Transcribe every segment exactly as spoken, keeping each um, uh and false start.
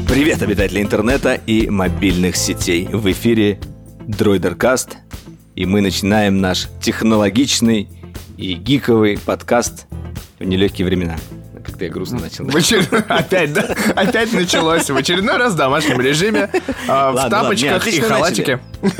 Привет, обитатели интернета и мобильных сетей. В эфире DroiderCast, и мы начинаем наш технологичный и гиковый подкаст в нелегкие времена. Как-то я грустно начал. Опять, да? Опять началось. В очередной раз в домашнем режиме, в тапочках и халатике.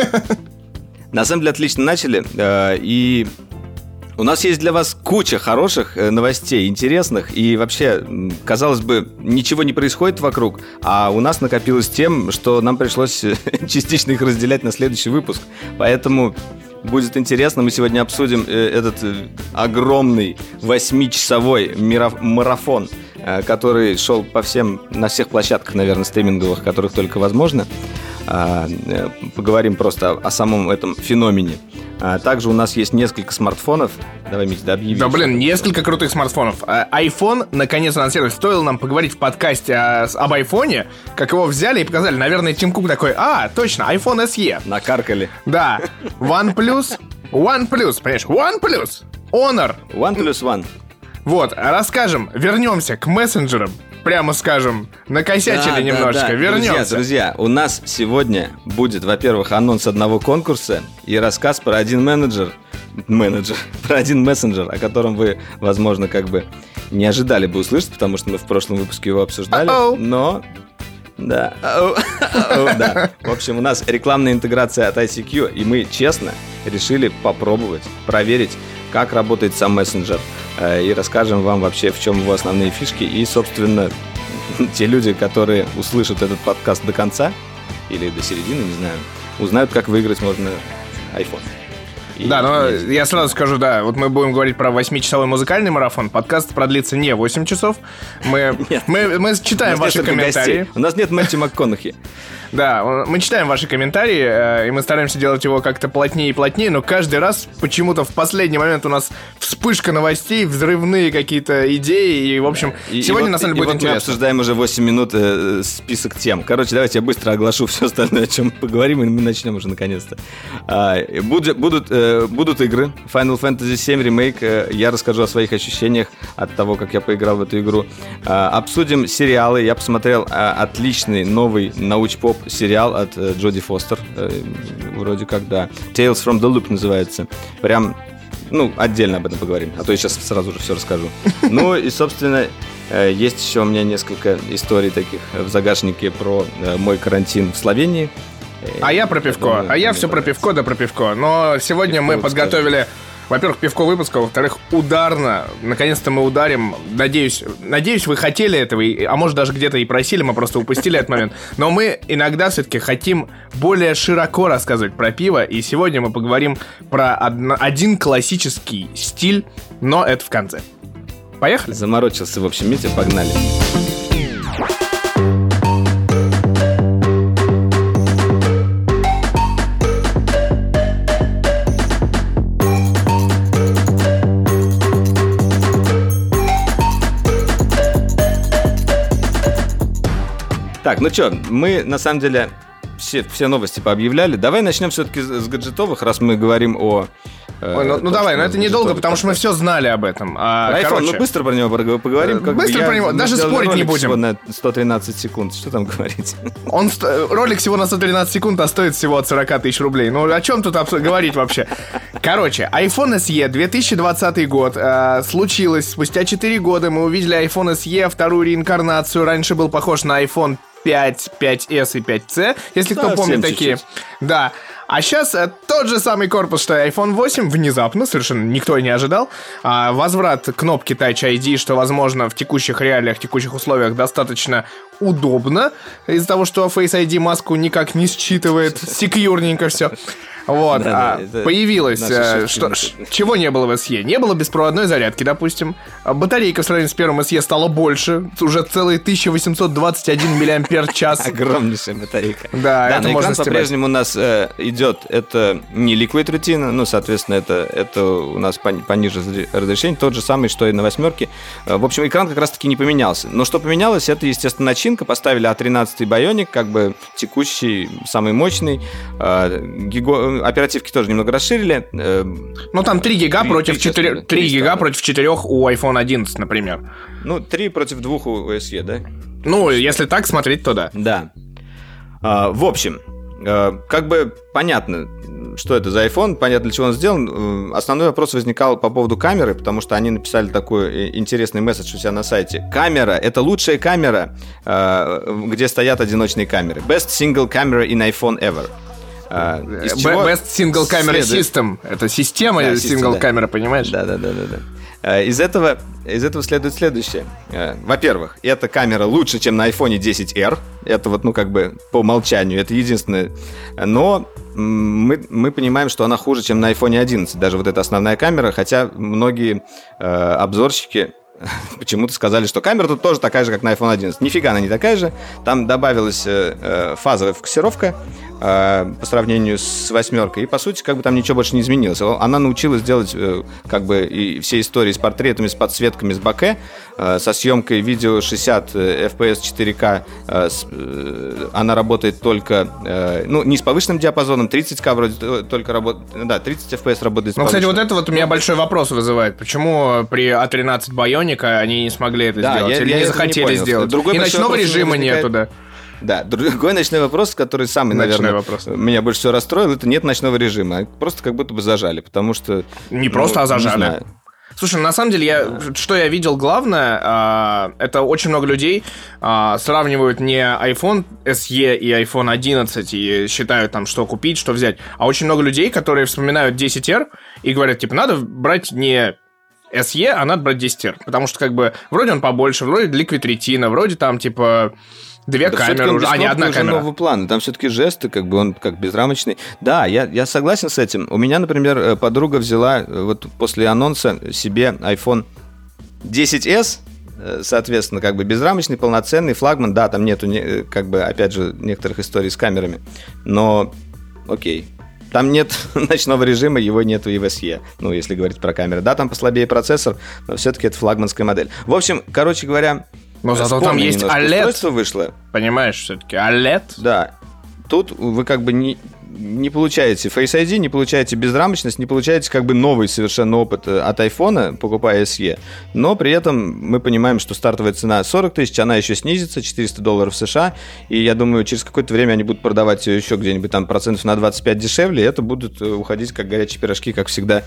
На самом деле отлично начали, и... У нас есть для вас куча хороших новостей, интересных, и вообще, казалось бы, ничего не происходит вокруг, а у нас накопилось тем, что нам пришлось частично их разделять на следующий выпуск. Поэтому будет интересно, мы сегодня обсудим этот огромный восьмичасовой марафон, который шел по всем, на всех площадках, наверное, стриминговых, которых только возможно. Поговорим просто о самом этом феномене. А также у нас есть несколько смартфонов. Давай, Митя, да объяви. Да, блин, несколько крутых смартфонов. iPhone наконец анонсировали. Стоило нам поговорить в подкасте о, об айфоне, как его взяли и показали. Наверное, Тим Кук такой: а, точно, iPhone эс и. Накаркали. Да. OnePlus. OnePlus, понимаешь? OnePlus. Honor. OnePlus One. Вот, расскажем, вернемся к мессенджерам. Прямо скажем, накосячили да, немножечко, да, да. Вернемся. Друзья, друзья, у нас сегодня будет, во-первых, анонс одного конкурса и рассказ про один менеджер, менеджер, про один мессенджер, о котором вы, возможно, как бы не ожидали бы услышать, потому что мы в прошлом выпуске его обсуждали, Uh-oh. но... Да. да. В общем, у нас рекламная интеграция от ай си кью, и мы честно решили попробовать, проверить, как работает сам мессенджер. И расскажем вам вообще, в чем его основные фишки. И, собственно, те люди, которые услышат этот подкаст до конца, или до середины, не знаю, узнают, как выиграть можно iPhone. И да, но есть. Я сразу скажу, да, вот мы будем говорить про восьмичасовой музыкальный марафон. Подкаст продлится не восемь часов. Мы, мы, мы читаем ваши комментарии. Гостей. У нас нет Мэтью МакКонахи. Да, мы читаем ваши комментарии, и мы стараемся делать его как-то плотнее и плотнее, но каждый раз почему-то в последний момент у нас вспышка новостей, взрывные какие-то идеи, и, в общем, и, сегодня, и на самом деле, вот, будет и интересно. Мы обсуждаем уже восемь минут э, список тем. Короче, давайте я быстро оглашу все остальное, о чем мы поговорим, и мы начнем уже наконец-то. А, будут, будут, э, будут игры. Final Fantasy семь Remake. Э, я расскажу о своих ощущениях от того, как я поиграл в эту игру. А, обсудим сериалы. Я посмотрел а, отличный новый науч-поп сериал от э, Джоди Фостер, э, вроде как, да. Tales from the Loop называется. Прям, ну, отдельно об этом поговорим, а то я сейчас сразу же все расскажу. Ну и, собственно, э, есть еще у меня несколько историй таких в загашнике про э, мой карантин в Словении. А я про пивко, думаю, а я все про пивко да про пивко. Но сегодня пивко мы подготовили... Скажем. Во-первых, пивко выпуска, во-вторых, ударно. Наконец-то мы ударим. Надеюсь, надеюсь, вы хотели этого, а может даже где-то и просили, мы просто упустили этот момент. Но мы иногда все-таки хотим более широко рассказывать про пиво, и сегодня мы поговорим про одно, один классический стиль, но это в конце. Поехали? Заморочился, в общем, Митя, погнали. Так, ну что, мы на самом деле все, все новости пообъявляли. Давай начнем все-таки с гаджетовых, раз мы говорим о... Э, Ой, ну, ну давай, но это недолго, потому что мы все знали об этом. А, iPhone, короче, ну быстро про него поговорим. Как быстро бы про него, даже спорить не будем. На сто тринадцать секунд, что там говорить? Он, ролик всего на сто тринадцать секунд, а стоит всего от сорок тысяч рублей. Ну о чем тут говорить вообще? Короче, iPhone эс и две тысячи двадцатый год. Э, случилось спустя четыре года. Мы увидели iPhone эс и, вторую реинкарнацию. Раньше был похож на iPhone пять, пять эс и пять си, если да, кто помнит такие. Чуть-чуть. Да. А сейчас э, тот же самый корпус, что и iPhone восемь, внезапно, совершенно никто и не ожидал. А, возврат кнопки Touch ай ди, что, возможно, в текущих реалиях, в текущих условиях достаточно удобно, из-за того, что Face ай ди маску никак не считывает, секьюрненько все. Вот, да, а, да, появилось, э, что, ш, чего не было в эс и. Не было беспроводной зарядки, допустим. Батарейка в сравнении с первым эс и стала больше, уже целые тысяча восемьсот двадцать один миллиампер-час. Огромнейшая батарейка. Да, да, это на можно экран по-прежнему у нас э, идет, это не Liquid Retina, ну, соответственно, это, это у нас пониже разрешение, тот же самый, что и на восьмерке. В общем, экран как раз-таки не поменялся. Но что поменялось, это, естественно, начинка. Поставили а тринадцать Bionic, как бы текущий, самый мощный. Э, гиго... Оперативки тоже немного расширили. Ну, там три гига против четырех у iPhone одиннадцать, например. Ну, три против двух у эс и, да? Ну, если так смотреть, то да. Да. А, в общем, а, как бы понятно, что это за iPhone, понятно, для чего он сделан. Основной вопрос возникал по поводу камеры, потому что они написали такой интересный месседж у себя на сайте. Камера — это лучшая камера, а, где стоят одиночные камеры. Best single camera in iPhone ever. А, Best Single Camera System. Это система да, Single да. Camera, понимаешь? Да-да-да. Из этого, из этого следует следующее. Во-первых, эта камера лучше, чем на iPhone десять эр. Это вот, ну, как бы по умолчанию. Это единственное. Но мы, мы понимаем, что она хуже, чем на iPhone одиннадцать. Даже вот эта основная камера. Хотя многие э, обзорщики почему-то сказали, что камера тут тоже такая же, как на iPhone одиннадцать. Нифига она не такая же. Там добавилась э, э, фазовая фокусировка э, по сравнению с восьмеркой. И, по сути, как бы там ничего больше не изменилось. Она научилась делать э, как бы и все истории с портретами, с подсветками, с боке, э, со съемкой видео шестьдесят эф пи эс четыре ка. Э, с, э, она работает только, э, ну, не с повышенным диапазоном, тридцать ка вроде только работает. Да, тридцать эф пи эс работает с Ну, повышенным. кстати, вот это вот у меня большой вопрос вызывает. Почему при а тринадцать Bionic они не смогли это да, сделать, я, или я не захотели не сделать. Другой и ночного режима возникает... нету, да. Да, другой ночной вопрос, который самый, ночной наверное, вопрос. Меня больше всего расстроил, это нет ночного режима. Просто как будто бы зажали, потому что... Не ну, просто, а зажали. Слушай, на самом деле, я, да. что я видел главное, а, это очень много людей а, сравнивают не iPhone эс и и iPhone одиннадцать и считают там, что купить, что взять, а очень много людей, которые вспоминают десять эр и говорят, типа, надо брать не... эс и, а надо брать десять эр, потому что, как бы, вроде он побольше, вроде Liquid Retina, вроде там, типа, две да камеры уже, а не одна камера. Нового плана, там все-таки жесты, как бы он как безрамочный. Да, я, я согласен с этим. У меня, например, подруга взяла вот после анонса себе iPhone десять эс, соответственно, как бы безрамочный, полноценный флагман. Да, там нету, как бы, опять же, некоторых историй с камерами, но окей. Там нет ночного режима, его нету и в эс и, ну, если говорить про камеры. Да, там послабее процессор, но все-таки это флагманская модель. В общем, короче говоря... Но зато там есть о лед. Устройство вышло. Понимаешь, все-таки о лед. Да. Тут вы как бы не, не получаете Face ай ди, не получаете безрамочность, не получаете как бы новый совершенно опыт от айфона, покупая эс и. Но при этом мы понимаем, что стартовая цена сорок тысяч, она еще снизится, четыреста долларов США. И я думаю, через какое-то время они будут продавать ее еще где-нибудь там процентов на двадцать пять дешевле. И это будут уходить как горячие пирожки, как всегда.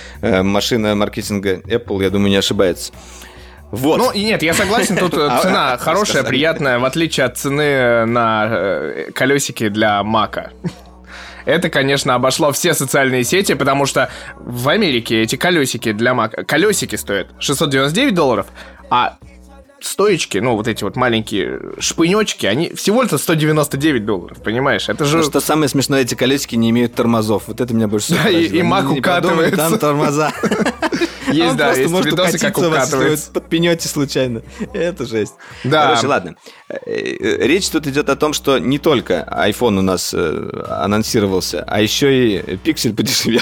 Машина маркетинга Apple, я думаю, не ошибается. Вот. Ну, и нет, я согласен, тут цена хорошая, приятная, в отличие от цены на колесики для Мака. Это, конечно, обошло все социальные сети, потому что в Америке эти колесики для Мака... Колесики стоят шестьсот девяносто девять долларов, а стоечки, ну, вот эти вот маленькие шпынечки, они всего-то сто девяносто девять долларов, понимаешь? Это же... Ну, что самое смешное, эти колесики не имеют тормозов. Вот это меня больше всего да, и, и Мак укатывается. Там тормоза. Есть, да, есть видосы, как укатывается. Подпенете случайно. Это жесть. Да. Короче, ладно. Речь тут идет о том, что не только iPhone у нас анонсировался, а еще и Pixel подешевел.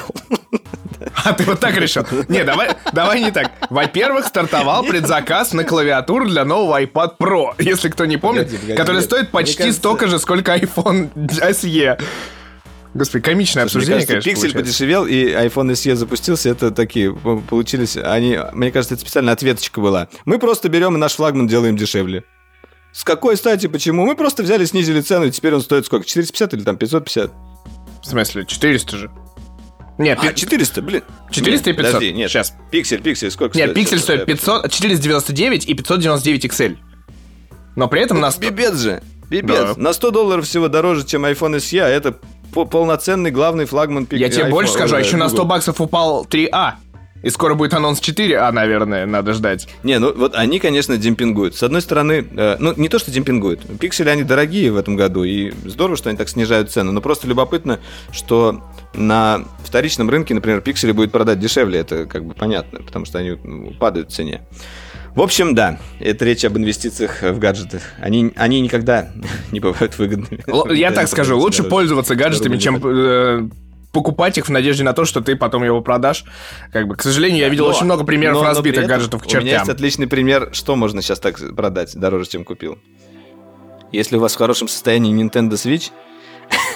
А ты вот так решил? Не, давай, давай не так. Во-первых, стартовал предзаказ на клавиатуру для нового iPad Pro, если кто не помнит, погоди, погоди, который стоит почти кажется... столько же, сколько iPhone эс и. Господи, комичное обсуждение, кажется, конечно, Pixel подешевел, и iPhone эс и запустился. Это такие получились... Они, мне кажется, это специально ответочка была. Мы просто берем и наш флагман делаем дешевле. С какой стати, почему? Мы просто взяли, снизили цену, и теперь он стоит сколько? четыреста пятьдесят или там пятьсот пятьдесят? В смысле, четыреста же? Нет, а, четыреста, блин. четыреста и пятьсот. Подожди, нет. Сейчас. Пиксель, пиксель, сколько нет, стоит? Нет, пиксель стоит пятьсот, четыреста девяносто девять и пятьсот девяносто девять икс эль. Но при этом ну, нас... Пипец же, пипец. Да. На сто долларов всего дороже, чем iPhone эс и, а это полноценный главный флагман пиксель. Я тебе iPhone, больше скажу, а еще на сто баксов упал три а. И скоро будет анонс четыре а, наверное, надо ждать. Не, ну вот они, конечно, демпингуют. С одной стороны, э, ну не то, что демпингуют. Пиксели, они дорогие в этом году, и здорово, что они так снижают цену. Но просто любопытно, что на вторичном рынке, например, пиксели будет продать дешевле. Это как бы понятно, потому что они падают в цене. В общем, да, это речь об инвестициях в гаджеты. Они, они никогда не бывают выгодными. Я так скажу, лучше пользоваться гаджетами, чем... покупать их в надежде на то, что ты потом его продашь. Как бы, к сожалению, я видел но, очень много примеров но, разбитых но гаджетов к чертям. У меня есть отличный пример, что можно сейчас так продать дороже, чем купил. Если у вас в хорошем состоянии Nintendo Switch,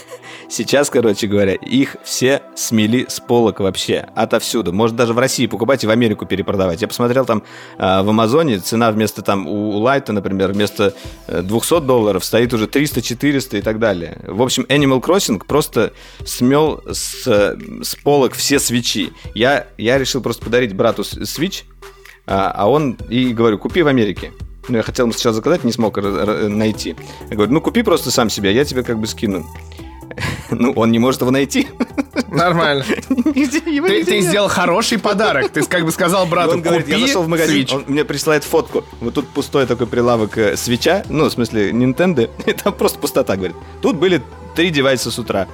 Сейчас, короче говоря, их все смели с полок вообще, отовсюду. Может даже в России покупать и в Америку перепродавать. Я посмотрел там э, в Амазоне, цена вместо там у, у Лайта, например, вместо двести долларов стоит уже триста-четыреста и так далее. В общем, Animal Crossing просто смел с, с полок все свитчи. Я, я решил просто подарить брату Switch, а, а он, и говорю, купи в Америке. Ну, я хотел ему сначала заказать, не смог найти. Я говорю, ну, купи просто сам себе, я тебе как бы скину. Ну, он не может его найти. Нормально. Ты, ты сделал хороший подарок. Ты как бы сказал брату, он говорит, купи я зашел в магазин, Switch. Он мне присылает фотку. Вот тут пустой такой прилавок свитча, ну, в смысле, Nintendo, и там просто пустота, говорит. Тут были три девайса с утра.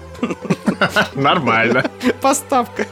Нормально. Поставка.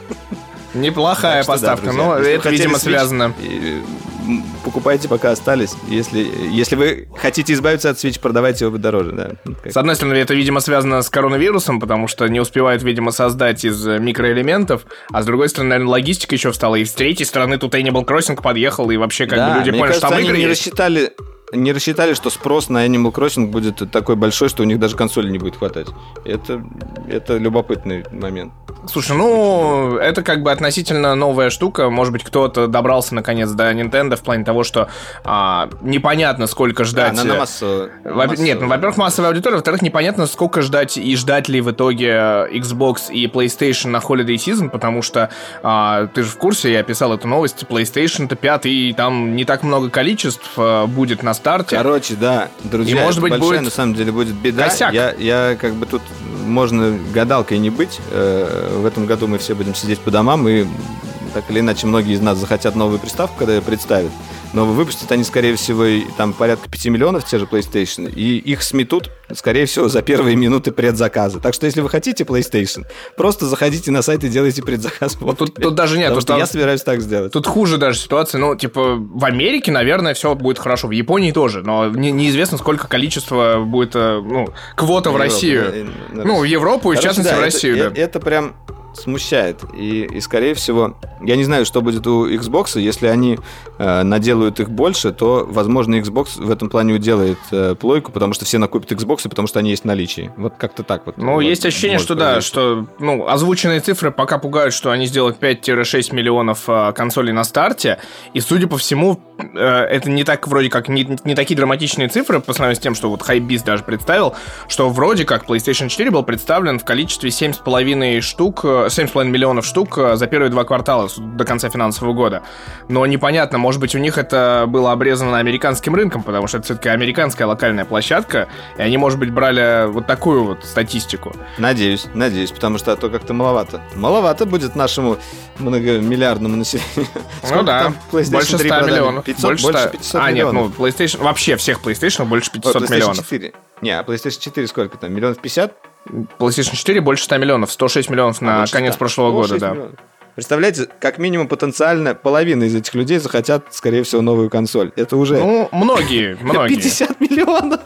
Неплохая Так что да, поставка, друзья, но если это, вы видимо, хотели Switch, связано. и, м, покупайте, пока остались. Если, если вы хотите избавиться от Switch, продавайте его дороже, да. Как- С одной стороны, это, видимо, связано с коронавирусом, потому что не успевают, видимо, создать из э, микроэлементов, а с другой стороны, наверное, логистика еще встала, и с третьей стороны тут Animal Crossing подъехал, и вообще как Да, бы люди мне поняли, что кажется, там они игры не есть. рассчитали, не рассчитали, что спрос на Animal Crossing будет такой большой, что у них даже консоли не будет хватать. Это, это любопытный момент. Слушай, ну, это как бы относительно новая штука. Может быть, кто-то добрался наконец до Nintendo в плане того, что а, непонятно, сколько ждать. Да, на, на массу, на Во- массу. Нет, ну, во-первых, массовая аудитория, во-вторых, непонятно, сколько ждать и ждать ли в итоге Xbox и PlayStation на Holiday Season, потому что а, ты же в курсе, я писал эту новость, PlayStation-то пятый, и там не так много количеств а, будет на старте. Короче, да, друзья, И, может это быть, большая, будет на самом деле, будет беда. косяк. Я, я как бы тут, можно гадалкой не быть. Э, В этом году мы все будем сидеть по домам, и так или иначе многие из нас захотят новую приставку, когда ее представят. Но выпустят они, скорее всего, и там порядка пяти миллионов, те же PlayStation, и их сметут, скорее всего, за первые минуты предзаказа. Так что, если вы хотите PlayStation, просто заходите на сайт и делайте предзаказ. Вот тут, тут даже нет. Потому Тут, что там- я собираюсь так сделать. тут хуже даже ситуация. Ну, типа, в Америке, наверное, все будет хорошо. В Японии тоже. Но не- неизвестно, сколько количество будет, э, ну, квота в Европу, Россию. да, и на Ну, в Европу и, в Короче, частности, да, в это- Россию, э- да. Это прям смущает. И, и, скорее всего, я не знаю, что будет у Xbox. Если они э, наделают их больше, то, возможно, Xbox в этом плане уделает э, плойку, потому что все накупят Xbox, потому что они есть в наличии. Вот как-то так вот. Ну, вот есть ощущение, может что да, произойти. что, ну, озвученные цифры пока пугают, что они сделают пять-шесть миллионов а, консолей на старте, и, судя по всему, э, это не так, вроде как, не, не такие драматичные цифры, по сравнению с тем, что вот Hypebeast даже представил, что вроде как PlayStation четыре был представлен в количестве семь с половиной штук, э, семь с половиной миллионов штук э, за первые два квартала с- до конца финансового года. Но непонятно, может быть, у них это было обрезано американским рынком, потому что это все-таки американская локальная площадка, и они, может быть, брали вот такую вот статистику. Надеюсь, надеюсь, потому что а то как-то маловато. Маловато будет нашему многомиллиардному населению. Ну Сколько да, там PlayStation больше три ста продали? миллионов. пятьсот? больше Больше ста. пятисот А, нет, миллионов. ну, PlayStation, вообще всех PlayStation больше О, пятисот PlayStation миллионов. четыре. Не, а PlayStation четыре сколько там? Миллионов пятьдесят? PlayStation четыре больше ста миллионов, сто шесть миллионов на А, больше конец ста. прошлого О, года, шесть да. миллионов. Представляете, как минимум потенциально половина из этих людей захотят, скорее всего, новую консоль. Это уже Ну, многие, многие. пятьдесят миллионов.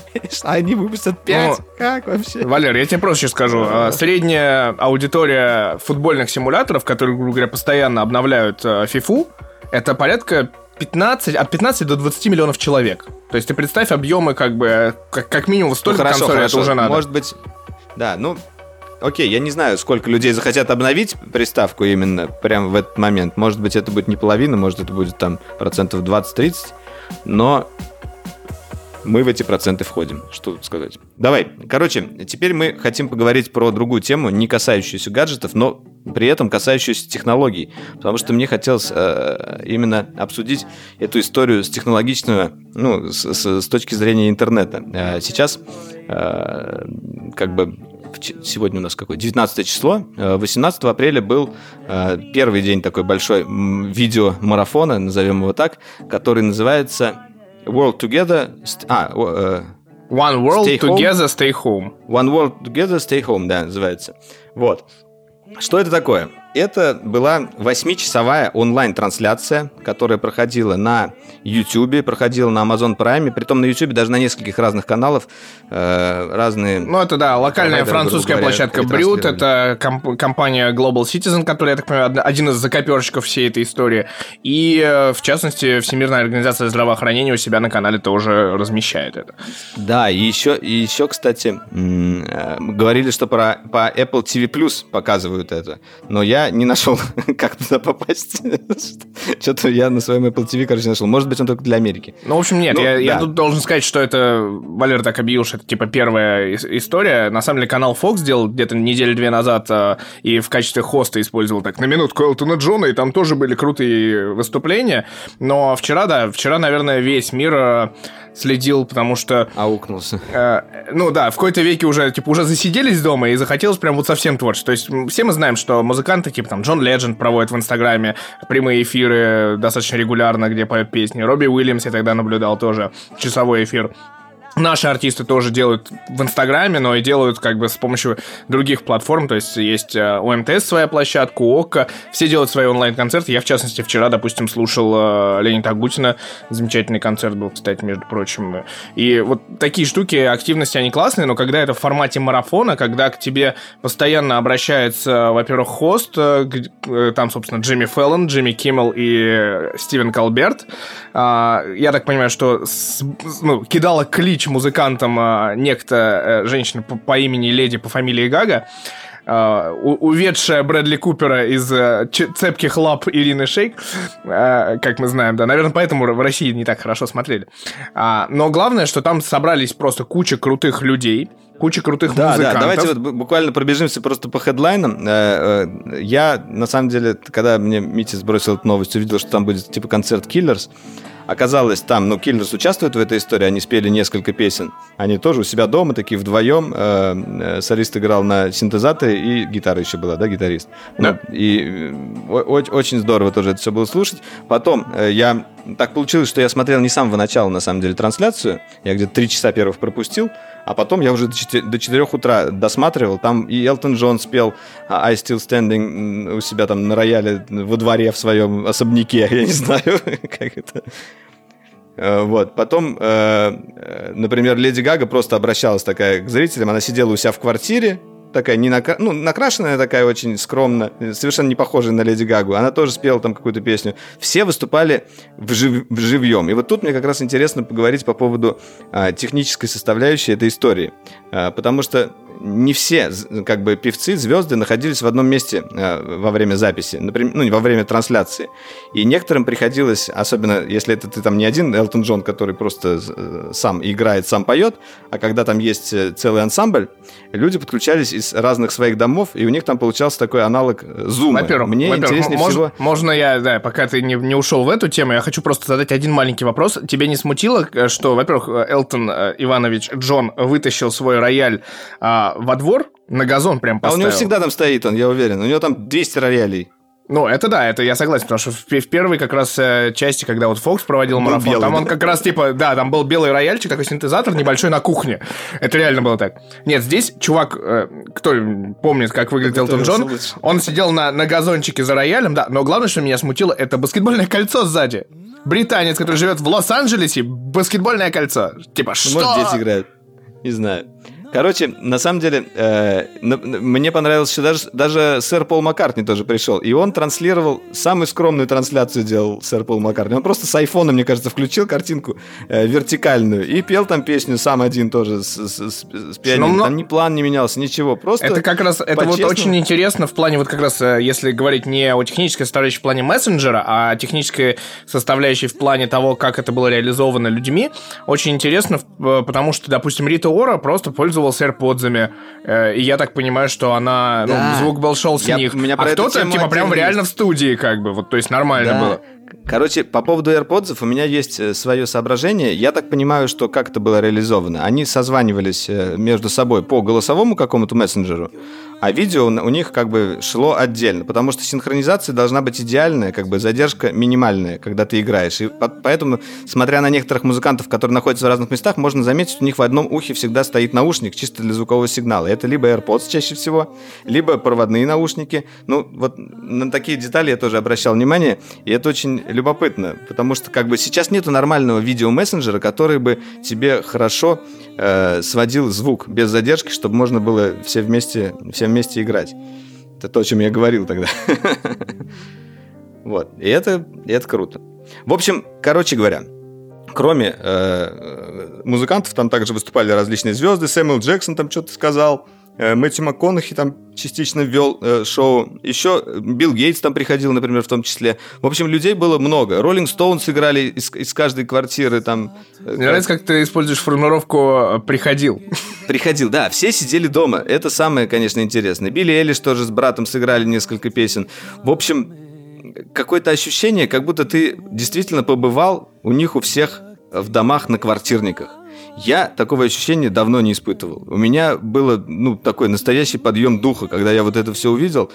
А они выпустят пять. Ну, Как вообще? Валер, я тебе просто сейчас скажу. а, Средняя аудитория футбольных симуляторов, которые, грубо говоря, постоянно обновляют а, FIFA, это порядка пятнадцать, от пятнадцати до двадцати миллионов человек. То есть ты представь объемы, как бы, как, как минимум Ну, столько хорошо, консолей, хорошо. это уже надо. Может быть, да, ну, окей, я не знаю, сколько людей захотят обновить приставку именно прямо в этот момент. Может быть, это будет не половина, может, это будет там процентов двадцать-тридцать, но мы в эти проценты входим. Что тут сказать? Давай, короче, теперь мы хотим поговорить про другую тему, не касающуюся гаджетов, но при этом касающуюся технологий. Потому что мне хотелось э, именно обсудить эту историю с технологичного, ну, с, с, с точки зрения интернета. Э, сейчас, э, как бы, сегодня у нас какое? девятнадцатое число. восемнадцатого апреля был э, первый день такой большой м, видеомарафона, назовем его так, который называется World Together... ст- А, э, One world Stay home. together, stay home. One World Together, Stay Home, да, называется. Вот. Что это такое? это была восьмичасовая онлайн-трансляция, которая проходила на YouTube, проходила на Amazon Prime, притом на YouTube даже на нескольких разных каналах э, разные... Ну, это, да, локальная французская говоря, площадка Брют, это комп- компания Global Citizen, которая, я так понимаю, один из закоперщиков всей этой истории, и, в частности, Всемирная организация здравоохранения у себя на канале тоже размещает это. Да, и еще, и еще кстати, м- э, говорили, что про, по Apple ти ви Plus показывают это, но я не нашел, как туда попасть. Что-то я на своем Apple ти ви, короче, нашел. Может быть, он только для Америки. Ну, в общем, нет. Ну, я, да. я тут должен сказать, что это... Валера так объявил, что это, типа, первая история. На самом деле, канал Fox сделал где-то недели-две назад и в качестве хоста использовал так на минутку Элтона Джона, и там тоже были крутые выступления. Но вчера, да, вчера, наверное, весь мир следил, потому что... Аукнулся. Э, ну да, в какой-то веке уже, типа, уже засиделись дома, и захотелось прям вот совсем творчество. То есть все мы знаем, что музыканты, типа, там, Джон Ледженд проводит в Инстаграме прямые эфиры достаточно регулярно, где поют песни. Робби Уильямс я тогда наблюдал тоже часовой эфир. Наши артисты тоже делают в Инстаграме, но и делают как бы с помощью других платформ. То есть есть у эм тэ эс своя площадка, у ОККО. Все делают свои онлайн-концерты. Я, в частности, вчера, допустим, слушал э, Леонида Агутина. Замечательный концерт был, кстати, между прочим. И вот такие штуки, активности, они классные, но когда это в формате марафона, когда к тебе постоянно обращается, во-первых, хост, э, там, собственно, Джимми Фэллон, Джимми Киммел и Стивен Колберт. Э, я так понимаю, что с, ну, кидала клич музыкантам а, некто а, женщина по, по имени Леди по фамилии Гага, а, у, уведшая Брэдли Купера из а, ч- цепких лап Ирины Шейк, а, как мы знаем, да, наверное, поэтому в России не так хорошо смотрели. А, но главное, что там собрались просто куча крутых людей, куча крутых да, музыкантов. Да, давайте вот буквально пробежимся просто по хедлайнам. Я, на самом деле, когда мне Митя сбросил эту новость, увидел, что там будет типа концерт Killers. Оказалось, там, ну, Killers участвуют в этой истории, они спели несколько песен. Они тоже у себя дома, такие вдвоем. Э, э, солист играл на синтезаторе, и гитара еще была, да, гитарист? Да. Ну, и э, о- очень здорово тоже это все было слушать. Потом э, я... Так получилось, что я смотрел не с самого начала, на самом деле, трансляцию. Я где-то три часа первых пропустил, а потом я уже до четырёх утра досматривал. Там и Элтон Джон спел «I Still Standing» у себя там на рояле во дворе в своем особняке. Я не знаю, как это... Вот. Потом, э, например, Леди Гага просто обращалась такая к зрителям. Она сидела у себя в квартире, такая не накра... ну, накрашенная, такая очень скромно, совершенно не похожая на Леди Гагу. Она тоже спела там какую-то песню. Все выступали вжив... вживьем. И вот тут мне как раз интересно поговорить по поводу а, технической составляющей этой истории. А, потому что не все как бы певцы, звезды находились в одном месте а, во время записи, например, ну, во время трансляции. И некоторым приходилось, особенно если это ты там не один Элтон Джон, который просто сам играет, сам поет, а когда там есть целый ансамбль, люди подключались из разных своих домов, и у них там получался такой аналог зума. Во-первых, Мне во-первых, интереснее мож, всего... Можно я, да, пока ты не, не ушел в эту тему, я хочу просто задать один маленький вопрос. Тебе не смутило, что, во-первых, Элтон Иванович Джон вытащил свой рояль а, во двор, на газон прям поставил? А у него всегда там стоит он, я уверен. У него там двести роялей. Ну, это да, это я согласен, потому что в, в первой как раз э, части, когда вот Фокс проводил был марафон, белый, там он да? как раз типа, да, там был белый рояльчик, такой синтезатор небольшой на кухне. Это реально было так. Нет, здесь чувак, э, кто помнит, как выглядит Элтон Джон, он сидел на, на газончике за роялем, да, но главное, что меня смутило, это баскетбольное кольцо сзади. Британец, который живет в Лос-Анджелесе, баскетбольное кольцо. Типа, что? Может, дети играют. Не знаю. Короче, на самом деле, э, на, мне понравилось, что даже, даже сэр Пол Маккартни тоже пришел. И он транслировал, самую скромную трансляцию делал сэр Пол Маккартни. Он просто с айфона, мне кажется, включил картинку э, вертикальную и пел там песню сам один тоже с, с, с, с пианино. Но, там ни план не менялся, ничего. Просто это как раз, это вот очень интересно в плане, вот как раз, если говорить не о технической составляющей в плане мессенджера, а о технической составляющей в плане того, как это было реализовано людьми. Очень интересно, потому что, допустим, Рита Ора просто пользовалась AirPods'ами, э, и я так понимаю, что она, да. ну, звук был шел с я, них, а кто-то, типа, прям реально в студии, как бы, вот, то есть нормально да. было. Короче, по поводу AirPods у меня есть свое соображение. Я так понимаю, что как это было реализовано. Они созванивались между собой по голосовому какому-то мессенджеру, а видео у них как бы шло отдельно, потому что синхронизация должна быть идеальная, как бы задержка минимальная, когда ты играешь. И поэтому, смотря на некоторых музыкантов, которые находятся в разных местах, можно заметить, что у них в одном ухе всегда стоит наушник чисто для звукового сигнала. Это либо AirPods чаще всего, либо проводные наушники. Ну, вот на такие детали я тоже обращал внимание, и это очень любопытно, потому что как бы сейчас нету нормального видеомессенджера, который бы тебе хорошо э, сводил звук без задержки, чтобы можно было все вместе, все вместе играть. Это то, о чем я говорил тогда. Вот. И это, и это круто. В общем, короче говоря, кроме э, музыкантов, там также выступали различные звезды. Сэмюэл Джексон там что-то сказал. Э, Мэтью МакКонахи там частично ввел э, шоу. Еще Билл Гейтс там приходил, например, в том числе. В общем, людей было много. Роллинг Стоунс играли из, из каждой квартиры. Там, э, Мне нравится, как ты используешь формулировку «приходил». Приходил, да, все сидели дома. Это самое, конечно, интересное. Билли Эллиш тоже с братом сыграли несколько песен. В общем, какое-то ощущение, как будто ты действительно побывал у них у всех в домах на квартирниках. Я такого ощущения давно не испытывал. У меня было, ну, такой настоящий подъем духа, когда я вот это все увидел.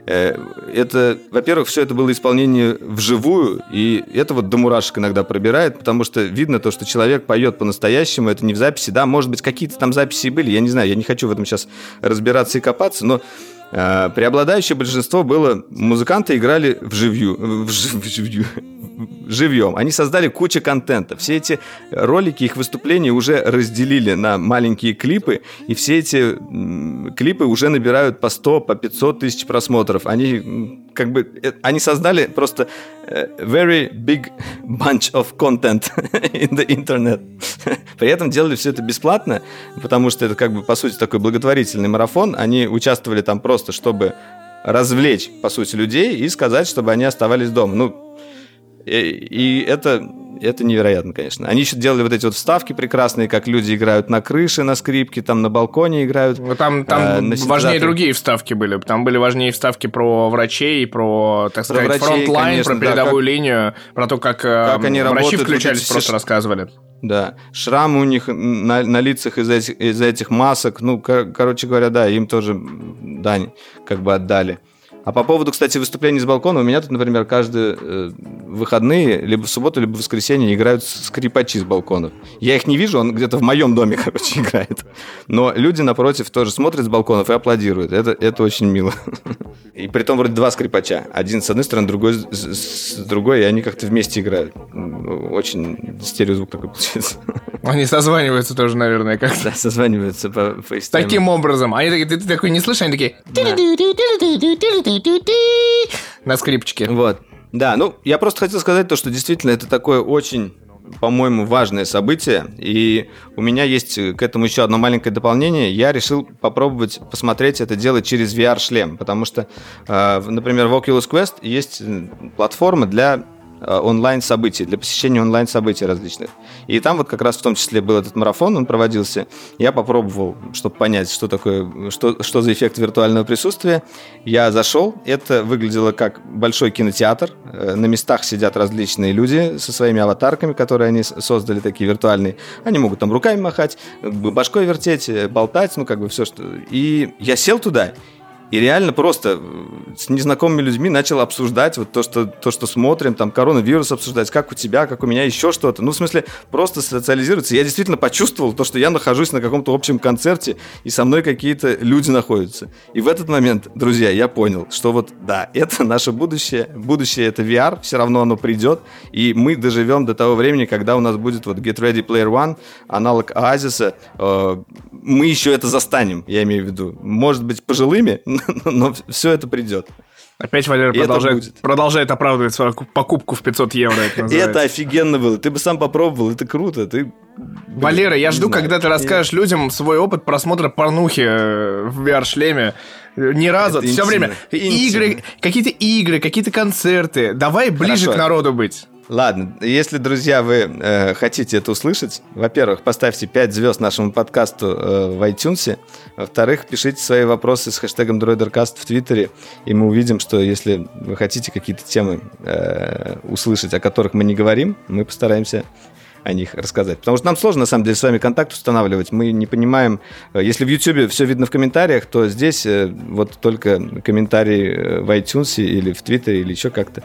Это, во-первых, все это было исполнение вживую, и это вот до мурашек иногда пробирает, потому что видно то, что человек поет по-настоящему, это не в записи, да, может быть, какие-то там записи были, я не знаю, я не хочу в этом сейчас разбираться и копаться, но э, преобладающее большинство было, музыканты играли вживью, вживью, живьем. Они создали кучу контента. Все эти ролики, их выступления уже разделили на маленькие клипы, и все эти м, клипы уже набирают по сто, по пятьсот тысяч просмотров. Они как бы, они создали просто very big bunch of content in the internet. При этом делали все это бесплатно, потому что это как бы, по сути, такой благотворительный марафон. Они участвовали там просто, чтобы развлечь, по сути, людей и сказать, чтобы они оставались дома. Ну, И, и это, это невероятно, конечно. Они еще делали вот эти вот вставки прекрасные, как люди играют на крыше, на скрипке, там на балконе играют. Ну, там там а, важнее другие вставки были. Там были важнее вставки про врачей, про, так сказать, про фронтлайн, про передовую да, как, линию, про то, как, как они врачи включались, просто ш... рассказывали. Да, шрамы у них на, на лицах из этих, из этих масок. Ну, кор- короче говоря, да, им тоже дань как бы отдали. А по поводу, кстати, выступлений с балкона, у меня тут, например, каждые э, выходные, либо в субботу, либо в воскресенье играют скрипачи с балконов. Я их не вижу, он где-то в моем доме, короче, играет. Но люди напротив тоже смотрят с балконов и аплодируют. Это, это очень мило. И при том вроде два скрипача. Один с одной стороны, другой с, с другой, и они как-то вместе играют. Очень стереозвук такой получается. Они созваниваются тоже, наверное, как-то. Да, созваниваются по фейстайму. Таким образом. Они такие, ты, ты такой не слышишь, они такие... На скрипчике. Вот. Да, ну, я просто хотел сказать то, что действительно это такое очень, по-моему, важное событие. И у меня есть к этому еще одно маленькое дополнение. Я решил попробовать посмотреть это дело через ви ар-шлем. Потому что, например, в Oculus Quest есть платформа для онлайн-событий, для посещения онлайн-событий различных. И там вот как раз в том числе был этот марафон, он проводился. Я попробовал, чтобы понять, что такое, что, что за эффект виртуального присутствия. Я зашел, это выглядело как большой кинотеатр. На местах сидят различные люди со своими аватарками, которые они создали, такие виртуальные. Они могут там руками махать, башкой вертеть, болтать, ну как бы все, что... И я сел туда, и реально просто с незнакомыми людьми начал обсуждать вот то, что, то, что смотрим, там коронавирус обсуждать, как у тебя, как у меня, еще что-то. Ну, в смысле, просто социализироваться. Я действительно почувствовал то, что я нахожусь на каком-то общем концерте, и со мной какие-то люди находятся. И в этот момент, друзья, я понял, что вот, да, это наше будущее. Будущее — это ви ар, все равно оно придет, и мы доживем до того времени, когда у нас будет вот Get Ready Player One, аналог Оазиса. Мы еще это застанем, я имею в виду. Может быть, пожилыми, но все это придет. Опять Валера продолжает, продолжает оправдывать свою покупку в пятьсот евро. Это, это офигенно было. Ты бы сам попробовал, это круто. Ты... Валера, я жду, знаю. Когда ты расскажешь я... людям свой опыт просмотра порнухи в ви ар-шлеме. Ни разу, это все интимно. Время. Интимно. Игры, какие-то игры, какие-то концерты. Давай ближе Хорошо. К народу быть. Ладно, если, друзья, вы э, хотите это услышать, во-первых, поставьте пять звезд нашему подкасту э, в iTunes, во-вторых, пишите свои вопросы с хэштегом DroiderCast в Твиттере, и мы увидим, что если вы хотите какие-то темы э, услышать, о которых мы не говорим, мы постараемся о них рассказать. Потому что нам сложно, на самом деле, с вами контакт устанавливать. Мы не понимаем... Если в YouTube все видно в комментариях, то здесь вот только комментарии в iTunes или в Твиттере или еще как-то.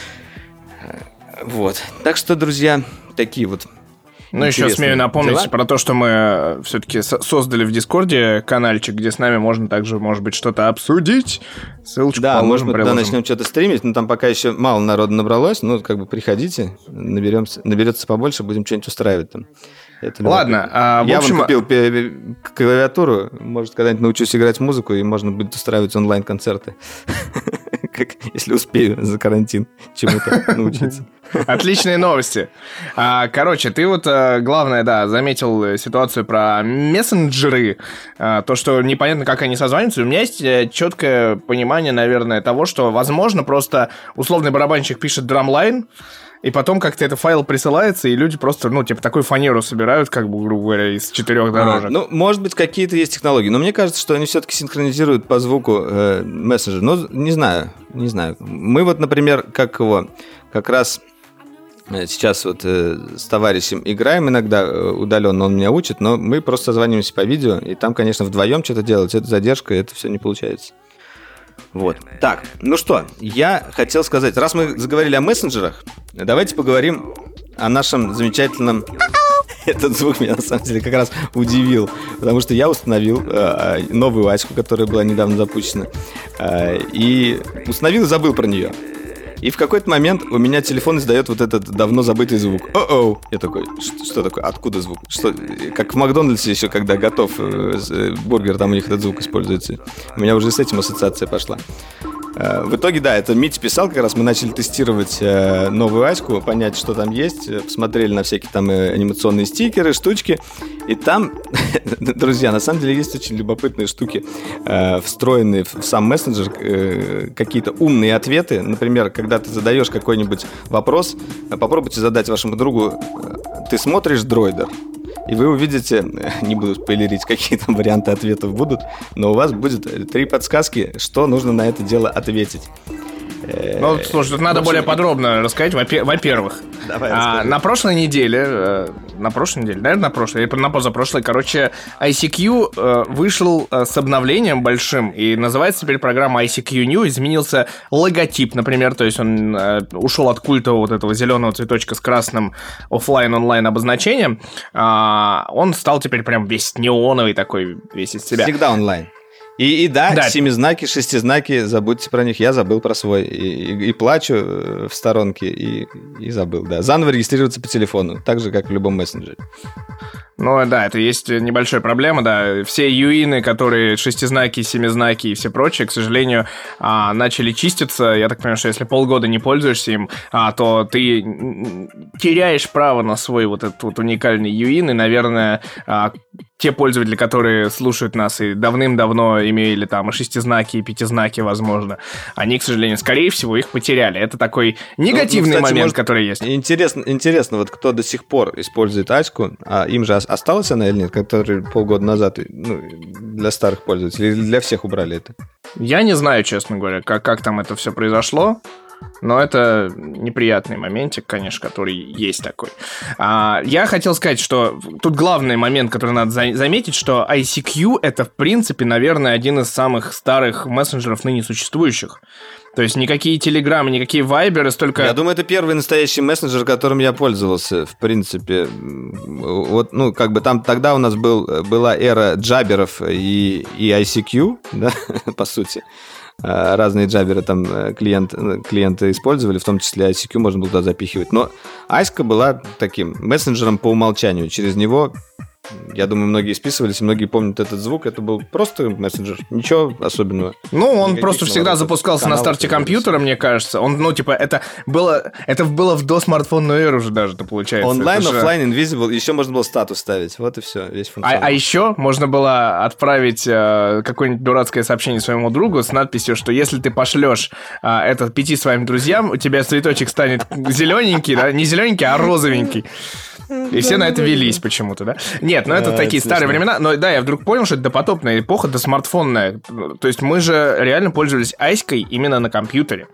Вот. Так что, друзья, такие вот... Ну, еще смею напомнить дела. Про то, что мы все-таки создали в Дискорде канальчик, где с нами можно также, может быть, что-то обсудить. Ссылочку да, положим, может быть, когда начнем что-то стримить, но там пока еще мало народу набралось, ну, как бы приходите, наберемся, наберется побольше, будем что-нибудь устраивать там. Это Ладно, а, в Я общем... вон купил клавиатуру, может, когда-нибудь научусь играть в музыку, и можно будет устраивать онлайн-концерты. Как, если успею за карантин чему-то научиться. Отличные новости. А, короче, ты вот, главное, да, заметил ситуацию про мессенджеры, а, то, что непонятно, как они созваниваются. У меня есть четкое понимание, наверное, того, что, возможно, просто условный барабанщик пишет драмлайн, и потом как-то этот файл присылается, и люди просто, ну, типа, такую фанеру собирают, как бы, грубо говоря, из четырех дорожек. А, ну, может быть, какие-то есть технологии, но мне кажется, что они все-таки синхронизируют по звуку э, мессенджер. Ну, не знаю, не знаю. Мы вот, например, как его, как раз сейчас вот э, с товарищем играем иногда э, удаленно, он меня учит, но мы просто созваниваемся по видео, и там, конечно, вдвоем что-то делать, это задержка, это все не получается. Вот. Так, ну что, я хотел сказать, раз мы заговорили о мессенджерах, давайте поговорим о нашем замечательном... Этот звук меня, на самом деле, как раз удивил, потому что я установил э, новую Аську, которая была недавно запущена, э, и установил и забыл про нее. И в какой-то момент у меня телефон издает вот этот давно забытый звук. О-оу! Я такой, что, что такое? Откуда звук? Что? Как в Макдональдсе еще, когда готов э, бургер, там у них этот звук используется. У меня уже с этим ассоциация пошла. Э, в итоге, да, это Митя писал, как раз мы начали тестировать э, новую Аську, понять, что там есть. Посмотрели на всякие там анимационные стикеры, штучки. И там, друзья, на самом деле есть очень любопытные штуки, э, встроенные в сам мессенджер, э, какие-то умные ответы. Например, когда ты задаешь какой-нибудь вопрос, попробуйте задать вашему другу: ты смотришь дроидер? И вы увидите, не буду спойлерить, какие там варианты ответов будут, но у вас будет три подсказки, что нужно на это дело ответить. Ну, слушай, тут надо общем, более подробно рассказать. Во-первых, давай, а, на прошлой неделе, э, на прошлой неделе, наверное, на прошлой, или на позапрошлой, короче, ай си кью э, вышел э, с обновлением большим, и называется теперь программа ай си кью New. Изменился логотип, например, то есть он э, ушел от культового вот этого зеленого цветочка с красным офлайн-онлайн обозначением. А, он стал теперь прям весь неоновый такой, весь из себя. Всегда онлайн. И, и да, да, семизнаки, шестизнаки, забудьте про них. Я забыл про свой. И, и, и плачу в сторонке, и, и забыл, да. Заново регистрироваться по телефону, так же, как в любом мессенджере. Ну да, это есть небольшая проблема, да. Все юины, которые шестизнаки, семизнаки и все прочее, к сожалению, начали чиститься. Я так понимаю, что если полгода не пользуешься им, то ты теряешь право на свой вот этот вот уникальный юин. И, наверное, те пользователи, которые слушают нас и давным-давно имели там и шестизнаки, и пятизнаки, возможно, они, к сожалению, скорее всего, их потеряли. Это такой негативный ну, ну, кстати, момент, может, который есть. Интересно, интересно, вот кто до сих пор использует Аську, а им же осталась она или нет, которые полгода назад, ну, для старых пользователей, или для всех убрали это? Я не знаю, честно говоря, как, как там это все произошло. Но это неприятный моментик, конечно, который есть такой. А, я хотел сказать, что тут главный момент, который надо за- заметить, что ай си кью — это, в принципе, наверное, один из самых старых мессенджеров ныне существующих. То есть никакие телеграммы, никакие вайберы, столько... Я думаю, это первый настоящий мессенджер, которым я пользовался, в принципе. Вот, ну, как бы там тогда у нас был, была эра джаберов и, и ай си кью, да, по сути. Разные джаберы там клиент, клиенты использовали, в том числе ай си кью можно было туда запихивать. Но Аська была таким мессенджером по умолчанию. Через него, я думаю, многие списывались, и многие помнят этот звук. Это был просто мессенджер, ничего особенного. Ну, он Никаких просто всегда запускался на старте компьютера, мне кажется. Он, ну, типа, это было, это было в досмартфонную эру уже даже, это получается. Онлайн, это офлайн, же... invisible, еще можно было статус ставить. Вот и все, весь функционал. А, а еще можно было отправить э, какое-нибудь дурацкое сообщение своему другу с надписью, что если ты пошлешь э, это пяти своим друзьям, у тебя цветочек станет зелененький, да, не зелененький, а розовенький. И все на это велись почему-то, да? Нет, ну это а, такие это старые времена. Но да, я вдруг понял, что это допотопная эпоха, досмартфонная. То есть мы же реально пользовались Аськой именно на компьютере.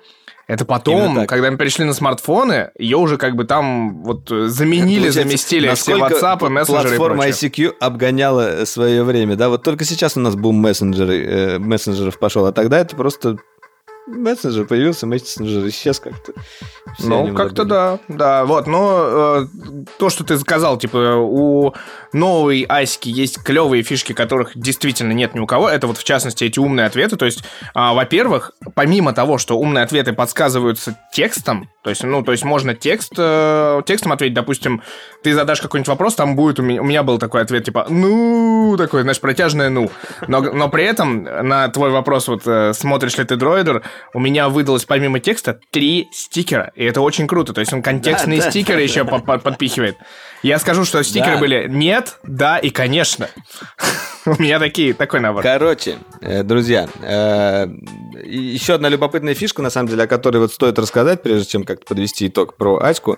Это потом, когда мы перешли на смартфоны, ее уже как бы там вот заменили, заместили все WhatsApp, мессенджеры и платформа ай си кью обгоняла свое время, да? Вот только сейчас у нас бум мессенджеры, э, мессенджеров пошел, а тогда это просто... Мессенджер появился, мессенджер исчез как-то. Все ну, как-то да, да. Вот, но э, то, что ты сказал, типа, у новой Аськи есть клевые фишки, которых действительно нет ни у кого. Это вот, в частности, эти умные ответы. То есть, э, во-первых, помимо того, что умные ответы подсказываются текстом, то есть, ну, то есть можно текст, э, текстом ответить, допустим, ты задашь какой-нибудь вопрос, там будет, у меня, у меня был такой ответ, типа, ну, такой, знаешь, протяжное ну. Но, но при этом на твой вопрос, вот, э, смотришь ли ты дроидер, у меня выдалось помимо текста три стикера, и это очень круто, то есть он контекстные да, стикеры да, еще да. подпихивает. Я скажу, что стикеры да. были нет, да и конечно. У меня такие, такой набор. Короче, друзья, еще одна любопытная фишка, на самом деле, о которой вот стоит рассказать, прежде чем как-то подвести итог про Аську,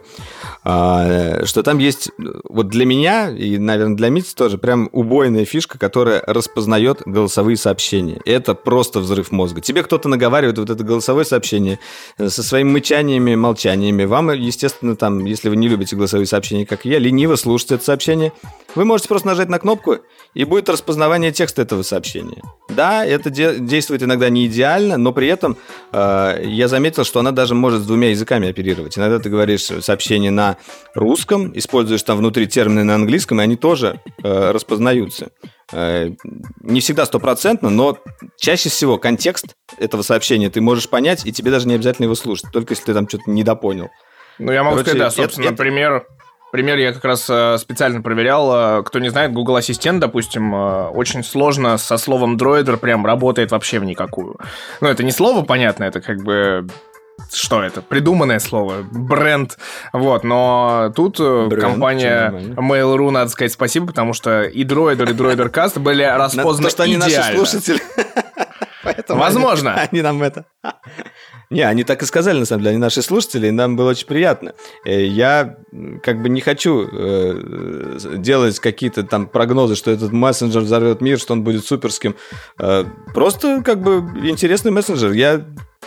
что там есть, вот для меня и, наверное, для Мити тоже, прям убойная фишка, которая распознает голосовые сообщения. Это просто взрыв мозга. Тебе кто-то наговаривает вот это голосовое сообщение со своими мычаниями, молчаниями. Вам, естественно, там, если вы не любите голосовые сообщения, как я, лениво слушать это сообщение, вы можете просто нажать на кнопку, и будет распознавание текста этого сообщения. Да, это де- действует иногда не идеально, но при этом э, я заметил, что она даже может с двумя языками оперировать. Иногда ты говоришь сообщение на русском, используешь там внутри термины на английском, и они тоже э, распознаются. Э, не всегда стопроцентно, но чаще всего контекст этого сообщения ты можешь понять, и тебе даже не обязательно его слушать, только если ты там что-то недопонял. Ну, я могу Короче, сказать, да, собственно, это, например... Пример я как раз э, специально проверял. Кто не знает, Google Ассистент, допустим, э, очень сложно со словом дроидер прям работает вообще в никакую. Ну, это не слово, понятно, это как бы... Что это? Придуманное слово, бренд. Вот, но тут бренд, компания Mail.ru, надо сказать спасибо, потому что и дроидер, и дроидеркаст были распознаны идеально. То, что они наши слушатели. Возможно. Они, они нам это... Не, они так и сказали, на самом деле, они наши слушатели, и нам было очень приятно. Я как бы не хочу э, делать какие-то там прогнозы, что этот мессенджер взорвет мир, что он будет суперским. Э, просто как бы интересный мессенджер. Я...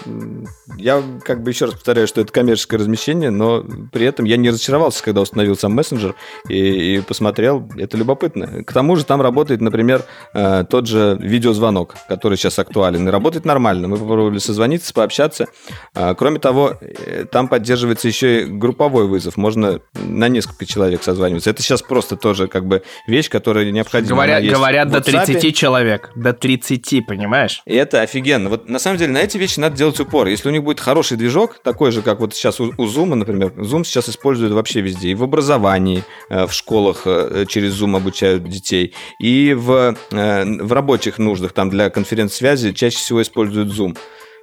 Я как бы еще раз повторяю, что это коммерческое размещение, но при этом я не разочаровался, когда установил сам мессенджер и, и посмотрел. Это любопытно. К тому же там работает, например, тот же видеозвонок, который сейчас актуален. И работает нормально. Мы попробовали созвониться, пообщаться. Кроме того, там поддерживается еще и групповой вызов. Можно на несколько человек созваниваться. Это сейчас просто тоже как бы вещь, которая необходима. Говорят, говорят до тридцати человек. До тридцати, понимаешь? И это офигенно. Вот на самом деле на эти вещи надо делать делать упор. Если у них будет хороший движок, такой же, как вот сейчас у, у Zoom, например. Zoom сейчас используют вообще везде. И в образовании, в школах через Zoom обучают детей. И в, в рабочих нуждах, там для конференц-связи чаще всего используют Zoom.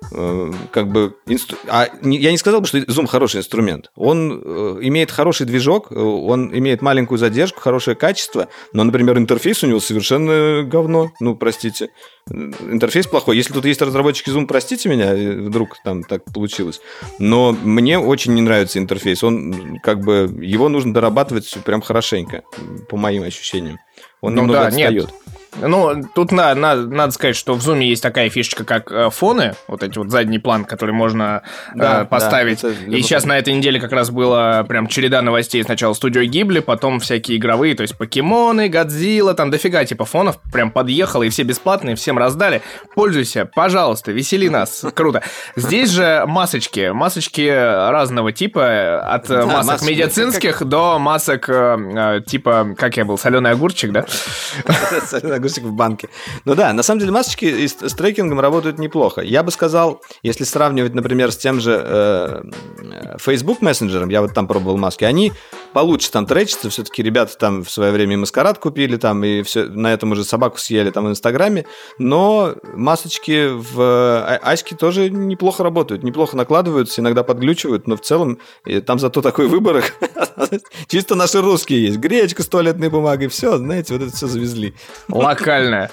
Как бы инстру... а я не сказал бы, что Zoom хороший инструмент. Он имеет хороший движок, он имеет маленькую задержку, хорошее качество, но, например, интерфейс у него совершенно говно. Ну, простите. Интерфейс плохой. Если тут есть разработчики Zoom, простите меня, вдруг там так получилось. Но мне очень не нравится интерфейс. Он, как бы, его нужно дорабатывать прям хорошенько, по моим ощущениям. Он ну, немного да, отстает. Нет. Ну, тут на, на, надо сказать, что в Zoom есть такая фишечка, как э, фоны, вот эти вот задний план, который можно да, э, поставить. Да, и сейчас на этой неделе как раз была прям череда новостей. Сначала студия Ghibli, потом всякие игровые, то есть покемоны, Годзилла, там дофига типа фонов прям подъехало, и все бесплатные, всем раздали. Пользуйся, пожалуйста, весели нас, круто. Здесь же масочки, масочки разного типа, от да, масок масочки, медицинских как... до масок э, типа, как я был, соленый огурчик, да? Соленый огурчик в банке. Ну да, на самом деле масочки с, с трекингом работают неплохо. Я бы сказал, если сравнивать, например, с тем же э, Facebook мессенджером, я вот там пробовал маски, они получше там тречатся, все-таки ребята там в свое время и маскарад купили, там и все, на этом уже собаку съели там в Инстаграме, но масочки в Аське тоже неплохо работают, неплохо накладываются, иногда подглючивают, но в целом там зато такой выбор, чисто наши русские есть, гречка с туалетной бумагой, все, знаете, вот это все завезли. Локальная.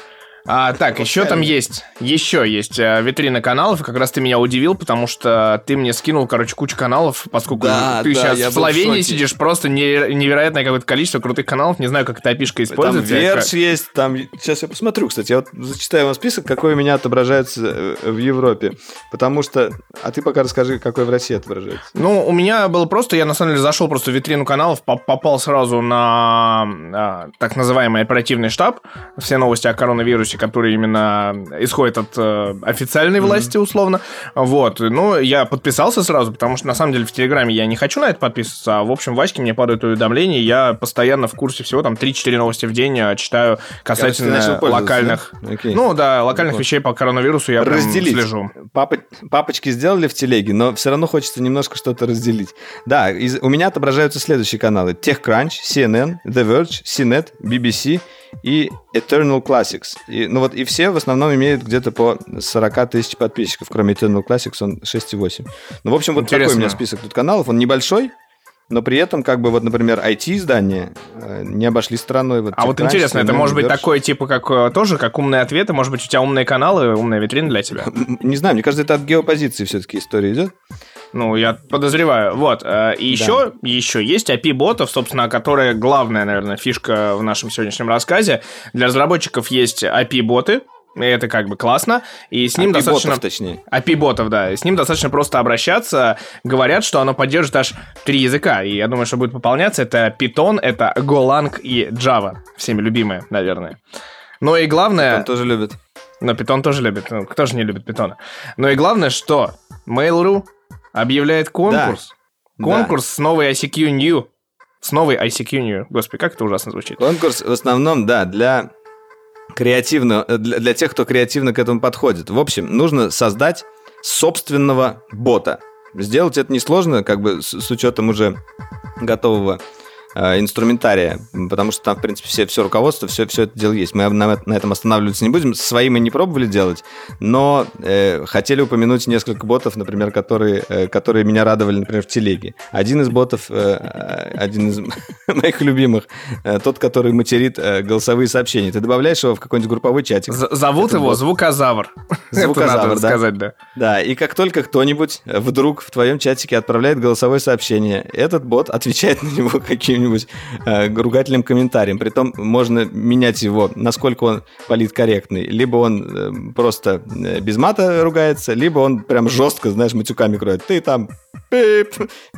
А, так, вот еще там есть, еще есть э, витрина каналов, и как раз ты меня удивил, потому что ты мне скинул, короче, кучу каналов, поскольку да, ты да, сейчас в Словении в сидишь, просто не, невероятное какое-то количество крутых каналов, не знаю, как эта опишка используется. Там Верш есть, там, сейчас я посмотрю, кстати, я вот зачитаю вам список, какой у меня отображается в Европе, потому что, а ты пока расскажи, какой в России отображается. Ну, у меня было просто, я на самом деле зашел просто в витрину каналов, попал сразу на а, так называемый оперативный штаб, все новости о коронавирусе, которые именно исходят от э, официальной власти, mm-hmm. условно. Вот. Ну, я подписался сразу, потому что, на самом деле, в Телеграме я не хочу на это подписываться, а, в общем, в Ваське мне падают уведомления, я постоянно в курсе всего, там, три-четыре новости в день читаю касательно локальных... Да? Okay. Ну, да, локальных вот. вещей по коронавирусу я разделить. Прям слежу. Папа... Папочки сделали в телеге, но все равно хочется немножко что-то разделить. Да, из... у меня отображаются следующие каналы. TechCrunch, си эн эн, The Verge, си нет, би би си и Eternal Classics. И, ну вот, и все в основном имеют где-то по сорок тысяч подписчиков, кроме Eternal Classics, он шесть и восемь. Ну, в общем, вот Интересно. Такой у меня список тут каналов. Он небольшой, но при этом, как бы, вот, например, ай ти-издания э, не обошли стороной. Вот, а вот интересно, это может быть такое, типа, как тоже, как умные ответы? Может быть, у тебя умные каналы, умная витрина для тебя? Не знаю, мне кажется, это от геопозиции все-таки история идет. Ну, я подозреваю. Вот. И еще, да. еще есть эй пи ай-ботов, собственно, которая главная, наверное, фишка в нашем сегодняшнем рассказе. Для разработчиков есть эй пи ай-боты. Это как бы классно. И с ним достаточно... точнее. эй пи ай-ботов, да. С ним достаточно просто обращаться. Говорят, что оно поддержит аж три языка. И я думаю, что будет пополняться. Это Python, это Golang и Java. Всеми любимые, наверное. Но и главное... Python тоже любит. Но Python тоже любит. Ну, кто же не любит Python? Но и главное, что Mail.ru объявляет конкурс. Да. Конкурс да. с новой ай си кью New. С новой ай си кью New. Господи, как это ужасно звучит. Конкурс в основном, да, для креативно, для, для тех, кто креативно к этому подходит. В общем, нужно создать собственного бота. Сделать это несложно, как бы с, с учетом уже готового э, инструментария, потому что там, в принципе, все, все руководство, все, все это дело есть. Мы на, на этом останавливаться не будем. Свои мы не пробовали делать, но э, хотели упомянуть несколько ботов, например, которые, э, которые меня радовали, например, в телеге. Один из ботов, э, один из моих любимых, э, тот, который материт э, голосовые сообщения. Ты добавляешь его в какой-нибудь групповой чатик. З- зовут его бот. Звукозавр. Звукозавр, надо да. сказать, да. Да, и как только кто-нибудь вдруг в твоем чатике отправляет голосовое сообщение, этот бот отвечает на него каким-нибудь э, ругательным комментарием. Притом можно менять его, насколько он политкорректный. Либо он э, просто э, без мата ругается, либо он прям жестко, знаешь, матюками кроет. Ты там пип,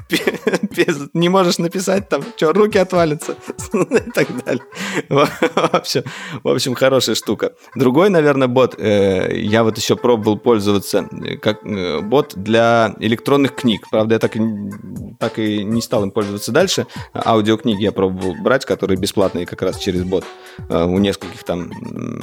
пип, не можешь написать, там, что, руки отвалятся и так далее. В общем, в общем, хорошая штука. Другой, наверное, бот, э, я вот еще пробовал пользоваться, как э, бот для электронных книг. Правда, я так, так и не стал им пользоваться дальше. Аудиокниги я пробовал брать, которые бесплатные как раз через бот. Э, у нескольких там...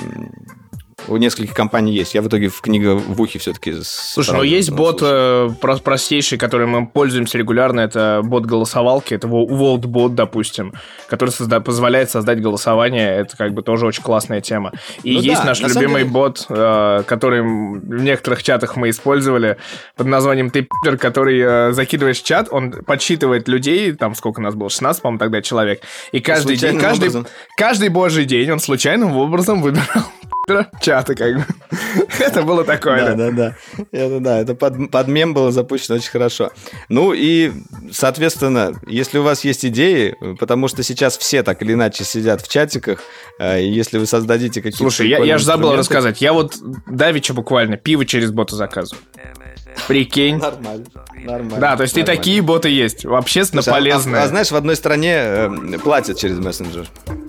У нескольких компаний есть. Я в итоге в книга в ухе все-таки... Слушай, ну есть бот э, простейший, которым мы пользуемся регулярно. Это бот голосовалки. Это VoteBot, допустим, который созда- позволяет создать голосование. Это как бы тоже очень классная тема. И ну есть да, наш любимый деле... бот, э, который в некоторых чатах мы использовали под названием Ты пи***р, который э, закидываешь в чат, он подсчитывает людей, там сколько у нас было, шестнадцать, по-моему, тогда человек. И каждый день, каждый, каждый божий день он случайным образом выбирал чаты, как бы. Это было такое. Да, да, да. Это, да, это под, под мем было запущено очень хорошо. Ну и, соответственно, если у вас есть идеи, потому что сейчас все так или иначе сидят в чатиках, если вы создадите какие-то... Слушай, я, я же забыл рассказать. Я вот давеча буквально пиво через бота заказываю. Прикинь. Нормально. Нормально. Да, то есть нормально. И такие боты есть. Общественно Слушай, полезные. А, а, а знаешь, в одной стране э, платят через мессенджер.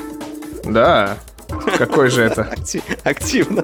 Да. Какой же это? Активно.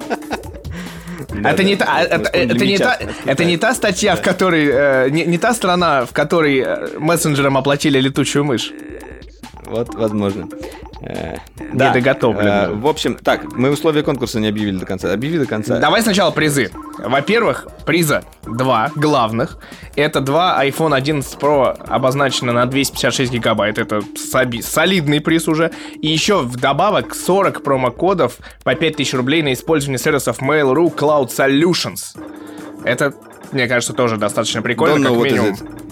Это не та, это, это не та, это не та статья, в которой э, не, не та страна, в которой э, мессенджерам оплатили летучую мышь. Вот, возможно. Э, да. Недоготовлено. Э, в общем, так, мы условия конкурса не объявили до конца. Объявили до конца. Давай сначала призы. Во-первых, приза два главных. Это два айфон одиннадцать про, обозначено на двести пятьдесят шесть гигабайт. Это соби- солидный приз уже. И еще вдобавок сорок промокодов по пять тысяч рублей на использование сервисов Mail.ru Cloud Solutions. Это, мне кажется, тоже достаточно прикольно, как минимум.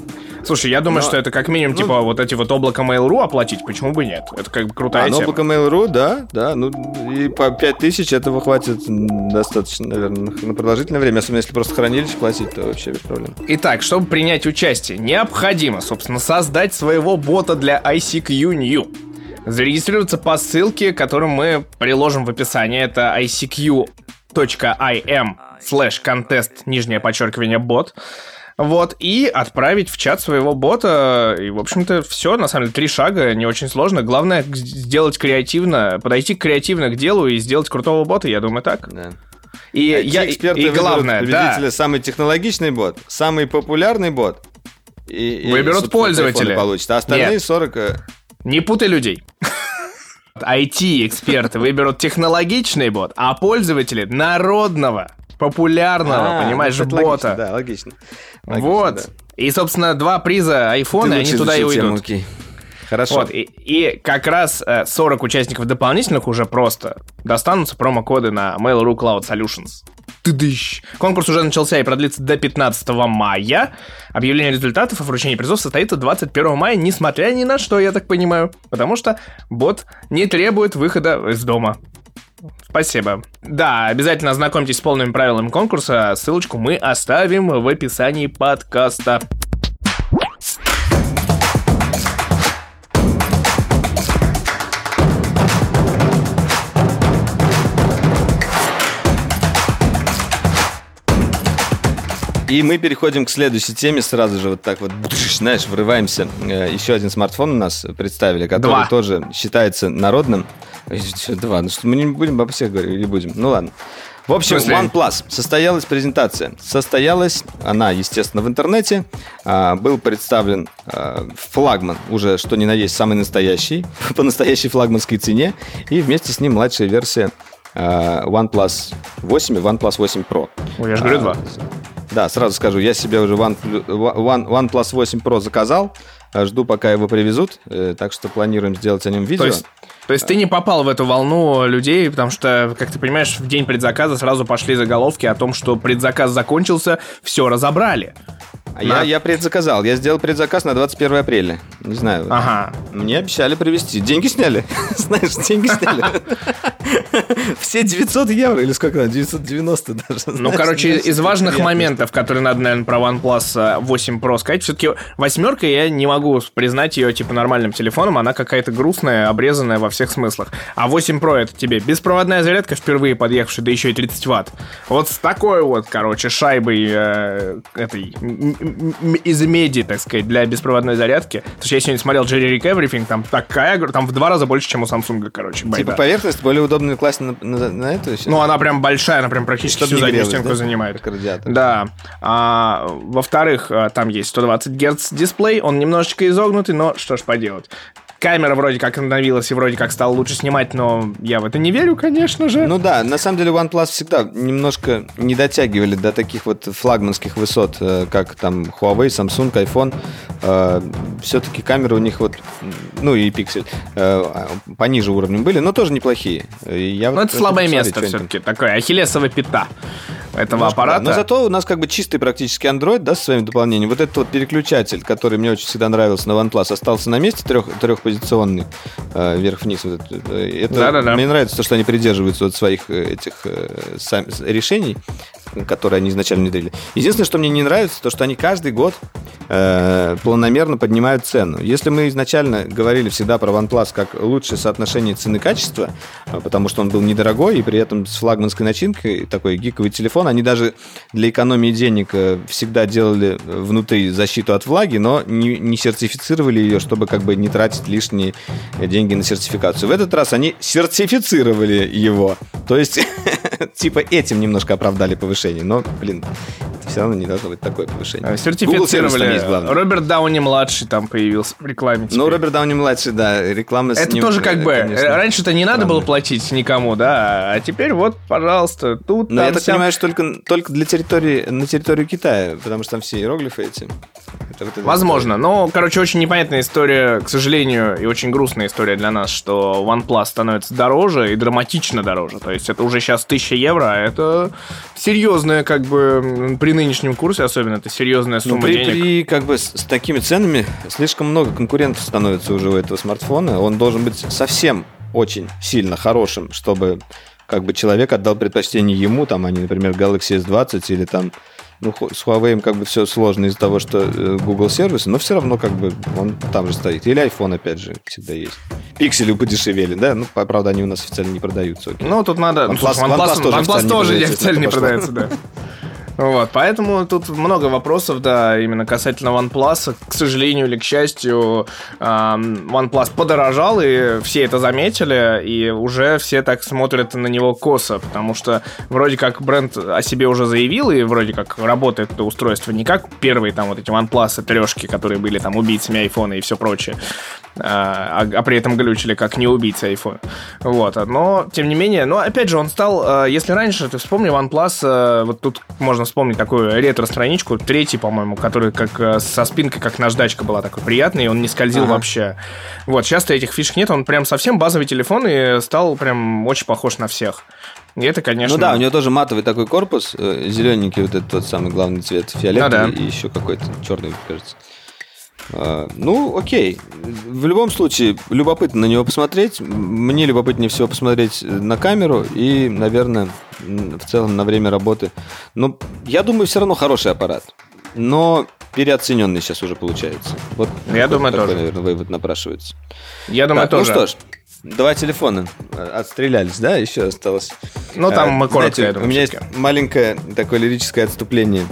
Слушай, я думаю, Но- что это как минимум, ну- типа, вот эти вот облако Mail.ru оплатить, почему бы нет? Это как бы крутая А, ну, тема. облако Mail.ru, да, да, ну, и по пять тысяч этого хватит м, достаточно, наверное, на продолжительное время, особенно если просто хранилище платить, то вообще без проблем. Итак, чтобы принять участие, необходимо, собственно, создать своего бота для ай си кью New. Зарегистрироваться по ссылке, которую мы приложим в описании. Это ай си кью точка ай эм слэш контест, нижнее подчеркивание, бот. Вот, и отправить в чат своего бота. И, в общем-то, все, на самом деле, три шага, не очень сложно. Главное, г- сделать креативно, подойти креативно к делу и сделать крутого бота, я думаю, так. Да. И, я, и, эксперты и выберут главное, победителя, да, самый технологичный бот, самый популярный бот. И, и, Выберут собственно, пользователя. iPhone получит. А остальные Нет. сорок... э, не путай людей. ай ти-эксперты выберут технологичный бот, а пользователи народного, популярного, а, понимаешь, ну, это бота. логично, да, логично. Логично, Вот. да. И, собственно, два приза айфона, Ты они лучше туда и изучил тему, уйдут. окей. Хорошо. Вот, и, и как раз э, сорок участников дополнительных уже просто достанутся промокоды на Mail.ru Cloud Solutions. Тыдыщ. Конкурс уже начался и продлится до пятнадцатого мая. Объявление результатов и вручение призов состоится двадцать первого мая, несмотря ни на что, я так понимаю. Потому что бот не требует выхода из дома. Спасибо. Да, обязательно ознакомьтесь с полными правилами конкурса. Ссылочку мы оставим в описании подкаста. И мы переходим к следующей теме сразу же вот так вот, знаешь, врываемся. Э, Еще один смартфон у нас представили, который Два. тоже считается народным. Ой, чё, Два, ну что, мы не будем обо всех говорить или будем? Ну ладно. В общем, В смысле? OnePlus. Состоялась презентация. Состоялась она, естественно, в интернете. А, был представлен а, флагман, уже что ни на есть, самый настоящий, по настоящей флагманской цене. И вместе с ним младшая версия а, OnePlus восемь и OnePlus восемь Pro. Ой, я же говорю, А, два. Да, сразу скажу, я себе уже One, One, OnePlus восемь Pro заказал. а, Жду, пока его привезут. э, Так что планируем сделать о нем видео. То есть, то есть ты не попал в эту волну людей, потому что, как ты понимаешь, в день предзаказа сразу пошли заголовки о том, что предзаказ закончился, все разобрали. А я, я предзаказал. Я сделал предзаказ на двадцать первое апреля. Не знаю. Ага. Мне обещали привезти. Деньги сняли. Знаешь, деньги сняли. Все девятьсот евро или сколько там? девятьсот девяносто даже. Ну, Знаешь, короче, мне из всё важных приятно. моментов, которые надо, наверное, про OnePlus восемь Pro сказать, все-таки восьмерка, я не могу признать ее, типа, нормальным телефоном, она какая-то грустная, обрезанная во всех смыслах. А восемь Pro это тебе беспроводная зарядка, впервые подъехавшая, да еще и тридцать ватт. Вот с такой вот, короче, шайбой э, этой м- м- м- из меди, так сказать, для беспроводной зарядки. Потому что я сегодня смотрел Jerry Rig Everything, там такая, там в два раза больше, чем у Samsung, короче. Типа байда. поверхность более удобно класть на, на, на эту? сейчас? Ну, она прям большая, она прям практически Чтоб всю не заднюю грелась, стенку да? занимает. Как радиатор. Да. А, во-вторых, а, там есть сто двадцать герц дисплей, он немножечко изогнутый, но что ж поделать. Камера вроде как обновилась и вроде как стала лучше снимать, но я в это не верю, конечно же. Ну да, на самом деле OnePlus всегда немножко не дотягивали до таких вот флагманских высот, э, как там Huawei, Samsung, iPhone. Э, Все-таки камеры у них вот, ну и Pixel, э, пониже уровнем были, но тоже неплохие. И я Ну, вот это слабое посмотреть, место что они там. все-таки, такое ахиллесова пята этого Немножко, аппарата. да. Но зато у нас как бы чистый практически Android, да, со своим дополнением. Вот этот вот переключатель, который мне очень всегда нравился на OnePlus, остался на месте, трех, трехпозиционный, э, вверх-вниз. Вот это это Да-да-да. мне нравится то, что они придерживаются вот своих э, этих э, сам- решений, которые они изначально внедрили. Единственное, что мне не нравится, то, что они каждый год э, планомерно поднимают цену. Если мы изначально говорили всегда про OnePlus как лучшее соотношение цены-качества, э, потому что он был недорогой и при этом с флагманской начинкой, такой гиковый телефон, они даже для экономии денег э, всегда делали внутри защиту от влаги, но не, не сертифицировали ее, чтобы как бы не тратить лишние деньги на сертификацию. В этот раз они сертифицировали его. То есть, типа, этим немножко оправдали повышение. Но, блин, это все равно не должно быть такое повышение. А, Google сервис там есть, Сертифицировали. главное. Роберт Дауни-младший там появился в рекламе теперь. Ну, Роберт Дауни-младший, да, реклама с Это ним, тоже как э, бы, конечно, э, раньше-то не надо было странно. платить никому, да, а теперь вот, пожалуйста, тут, Но там, я так сям. понимаю, что только, только для территории, на территорию Китая, потому что там все иероглифы эти. Это вот это Возможно, но, короче, очень непонятная история, к сожалению, и очень грустная история для нас, что OnePlus становится дороже и драматично дороже. То есть это уже сейчас тысяча евро, а это серьезная, как бы, м, принципиальная нынешнем курсе особенно, это серьезная сумма ну, при, денег. При, как бы, с, с такими ценами слишком много конкурентов становится уже у этого смартфона. Он должен быть совсем очень сильно хорошим, чтобы как бы человек отдал предпочтение ему, там, а не, например, Galaxy эс двадцать или там, ну, с Huawei как бы все сложно из-за того, что Google сервисы, но все равно как бы он там же стоит. Или iPhone, опять же, всегда есть. Пиксели подешевели, да? Ну, правда, они у нас официально не продаются. Окей. Ну, тут надо... OnePlus, OnePlus, OnePlus тоже OnePlus тоже официально не продается, продается, да. Вот, поэтому тут много вопросов, да, именно касательно OnePlus. К сожалению или к счастью, OnePlus подорожал, и все это заметили, и уже все так смотрят на него косо, потому что вроде как бренд о себе уже заявил, и вроде как работает это устройство не как первые там вот эти OnePlus трешки, которые были там убийцами айфона и все прочее, а, а при этом глючили как не убийца iPhone. Вот, но, тем не менее, но опять же, он стал, если раньше, ты вспомни, OnePlus, вот тут можно вспомнить такую ретро-страничку, третий, по-моему, который как со спинкой, как наждачка была, такой приятный, и он не скользил ага. вообще. Вот, сейчас этих фишек нет, он прям совсем базовый телефон и стал прям очень похож на всех. И это, конечно... Ну да, у него тоже матовый такой корпус, зелененький вот этот тот самый главный цвет, фиолетовый, ну, да. и еще какой-то черный, кажется. Uh, ну, окей. В любом случае, любопытно на него посмотреть. Мне любопытнее всего посмотреть на камеру и, наверное, в целом на время работы. Но я думаю, все равно хороший аппарат. Но переоцененный сейчас уже получается. Вот я думаю, такой, тоже. наверное, вывод напрашивается. Я думаю, так, тоже. Ну что ж, два телефона отстрелялись, да? Еще осталось. Ну, там мы коротко, Знаете, я думаю, у меня есть маленькое такое лирическое отступление.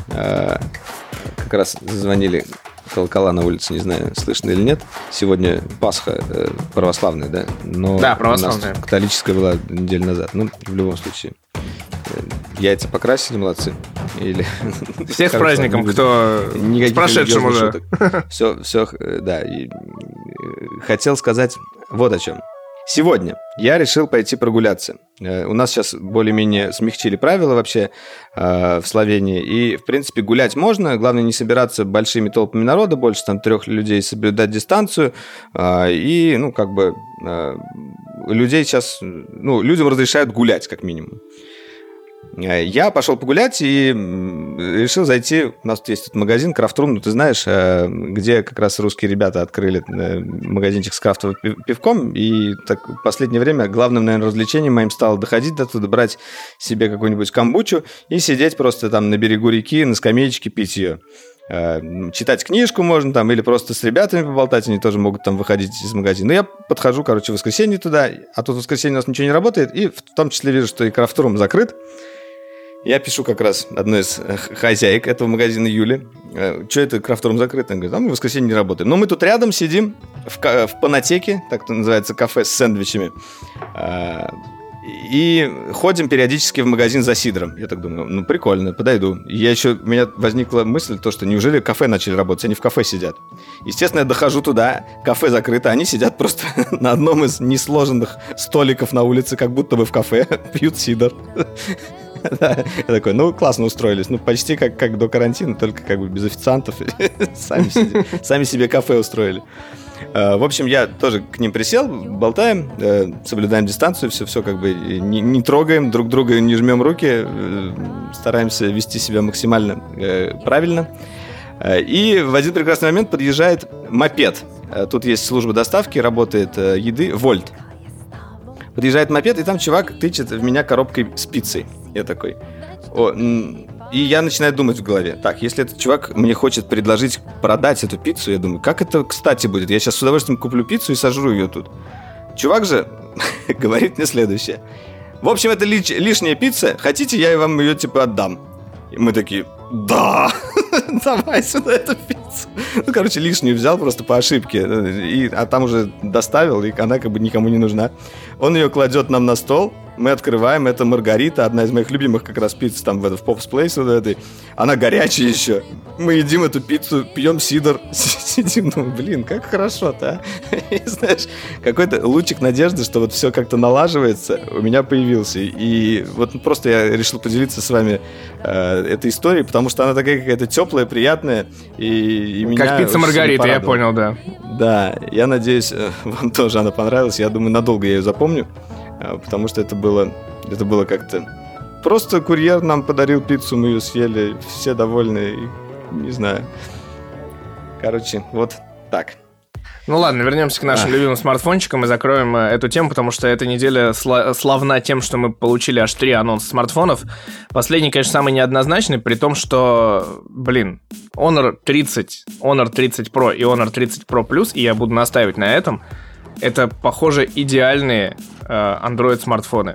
Как раз зазвонили колокола на улице, не знаю, слышно или нет. Сегодня Пасха э, православная, да? Но да, православная. У нас католическая была неделю назад. Ну, в любом случае. Яйца покрасили, молодцы. Или... Всех с праздником, кто с прошедшим уже. Все, все, да. И хотел сказать вот о чем. Сегодня я решил пойти прогуляться. У нас сейчас более-менее смягчили правила вообще э, в Словении. И, в принципе, гулять можно. Главное, не собираться большими толпами народа, больше там трех людей, соблюдать дистанцию. Э, и, ну, как бы, э, людей сейчас... Ну, людям разрешают гулять, как минимум. Я пошел погулять и решил зайти. У нас тут есть тут магазин Крафтрум, ну ты знаешь, где как раз русские ребята открыли магазинчик с крафтовым пивком. И так, в последнее время главным, наверное, развлечением моим стало доходить до туда, брать себе какую-нибудь камбучу и сидеть просто там на берегу реки, на скамеечке, пить ее. Читать книжку можно там, или просто с ребятами поболтать, они тоже могут там выходить из магазина. Но я подхожу, короче, в воскресенье туда, а тут в воскресенье у нас ничего не работает, и в том числе вижу, что и Крафтрум закрыт. Я пишу как раз одной из хозяек этого магазина, Юли. Что это, Крафтрум закрыт? Она говорит, а мы в воскресенье не работаем. Но мы тут рядом сидим, в, в Панатеке, так это называется, кафе с сэндвичами. И ходим периодически в магазин за сидром. Я так думаю, ну прикольно, подойду. И я еще, у меня возникла мысль, то, что неужели кафе начали работать, они в кафе сидят. Естественно, я дохожу туда, кафе закрыто, они сидят просто на одном из несложенных столиков на улице, как будто бы в кафе, пьют сидр. Я такой, ну, классно устроились. Ну, почти как, как до карантина, только как бы без официантов. Сами, себе, сами себе кафе устроили. В общем, я тоже к ним присел, болтаем, соблюдаем дистанцию, все, все как бы не, не трогаем, друг друга не жмем руки, стараемся вести себя максимально правильно. И в один прекрасный момент подъезжает мопед. Тут есть служба доставки, работает еды, Вольт. Подъезжает мопед, и там чувак тычет в меня коробкой с пиццей. Я такой... О, и я начинаю думать в голове. Так, если этот чувак мне хочет предложить продать эту пиццу, я думаю, как это кстати будет? Я сейчас с удовольствием куплю пиццу и сожру ее тут. Чувак же говорит мне следующее. В общем, это лиш- лишняя пицца. Хотите, я вам ее типа отдам? И мы такие, да, давай сюда эту пиццу. Ну, короче, лишнюю взял просто по ошибке. И, а там уже доставил, и она как бы никому не нужна. Он ее кладет нам на стол. Мы открываем, это Маргарита, одна из моих любимых как раз пиц там в, в Pop's Place вот этой. Она горячая еще. Мы едим эту пиццу, пьем сидр, сидим, ну, блин, как хорошо-то, а? И, знаешь, какой-то лучик надежды, что вот все как-то налаживается, у меня появился. И вот просто я решил поделиться с вами э, этой историей, потому что она такая какая-то теплая, приятная. И, и меня как пицца Маргарита, я понял, да. Да, я надеюсь, вам тоже она понравилась. Я думаю, надолго я ее запомню. Потому что это было, это было как-то просто курьер нам подарил пиццу, мы ее съели, все довольны, и, не знаю. Короче, вот так. Ну ладно, вернемся к нашим а. любимым смартфончикам и закроем эту тему, потому что эта неделя сла- славна тем, что мы получили аж три анонса смартфонов. Последний, конечно, самый неоднозначный, при том, что, блин, Honor тридцать, Honor тридцать Pro и Honor тридцать Pro Plus, и я буду настаивать на этом, это, похоже, идеальные э, Android-смартфоны.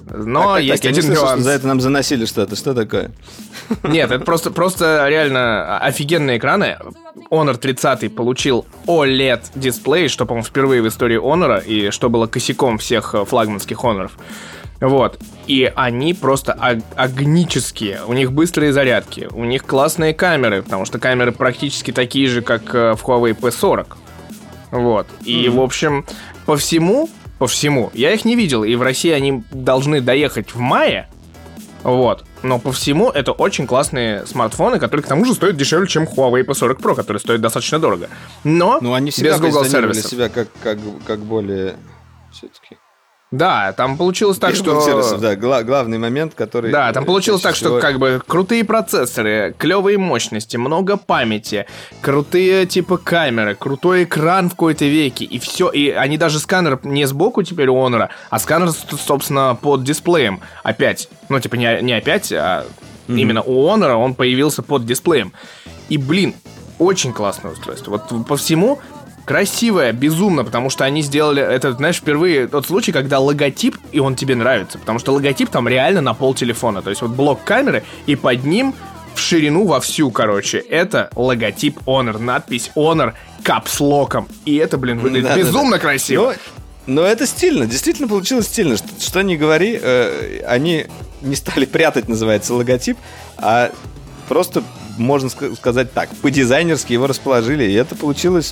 Но так, есть так, один нюанс. Слышал, за это нам заносили что-то. Что такое? Нет, это просто, просто реально офигенные экраны. Honor тридцать получил о лед дисплей, что, по-моему, впервые в истории Honor, и что было косяком всех флагманских Honor'ов. Вот. И они просто ог- огнические. У них быстрые зарядки, у них классные камеры, потому что камеры практически такие же, как в Huawei пи сорок. Вот. И, mm-hmm. в общем, по всему... По всему. Я их не видел, и в России они должны доехать в мае. Вот. Но по всему это очень классные смартфоны, которые к тому же стоят дешевле, чем Huawei пи сорок Pro, который стоит достаточно дорого. Но ну, они без Google сервисов. себя как, как, как более все-таки... Да, там получилось так, без что... сервисов, да, гла- главный момент, который... Да, там получилось так, всего... что как бы крутые процессоры, клевые мощности, много памяти, крутые типа камеры, крутой экран в какой-то веке, и все. И они даже сканер не сбоку теперь у Honor, а сканер, собственно, под дисплеем. Опять. Ну, типа не, не опять, а mm-hmm. именно у Honor он появился под дисплеем. И, блин, очень классное устройство. Вот по всему... Красивая, безумно, потому что они сделали это, знаешь, впервые тот случай, когда логотип, и он тебе нравится, потому что логотип там реально на пол телефона, то есть вот блок камеры, и под ним в ширину во всю, короче, это логотип Honor, надпись Honor капслоком, и это, блин, выглядит да, безумно да, да. красиво. Но, но это стильно, действительно получилось стильно, что, что ни говори, э, они не стали прятать, называется, логотип, а просто... Можно сказать так, по-дизайнерски его расположили, и это получилось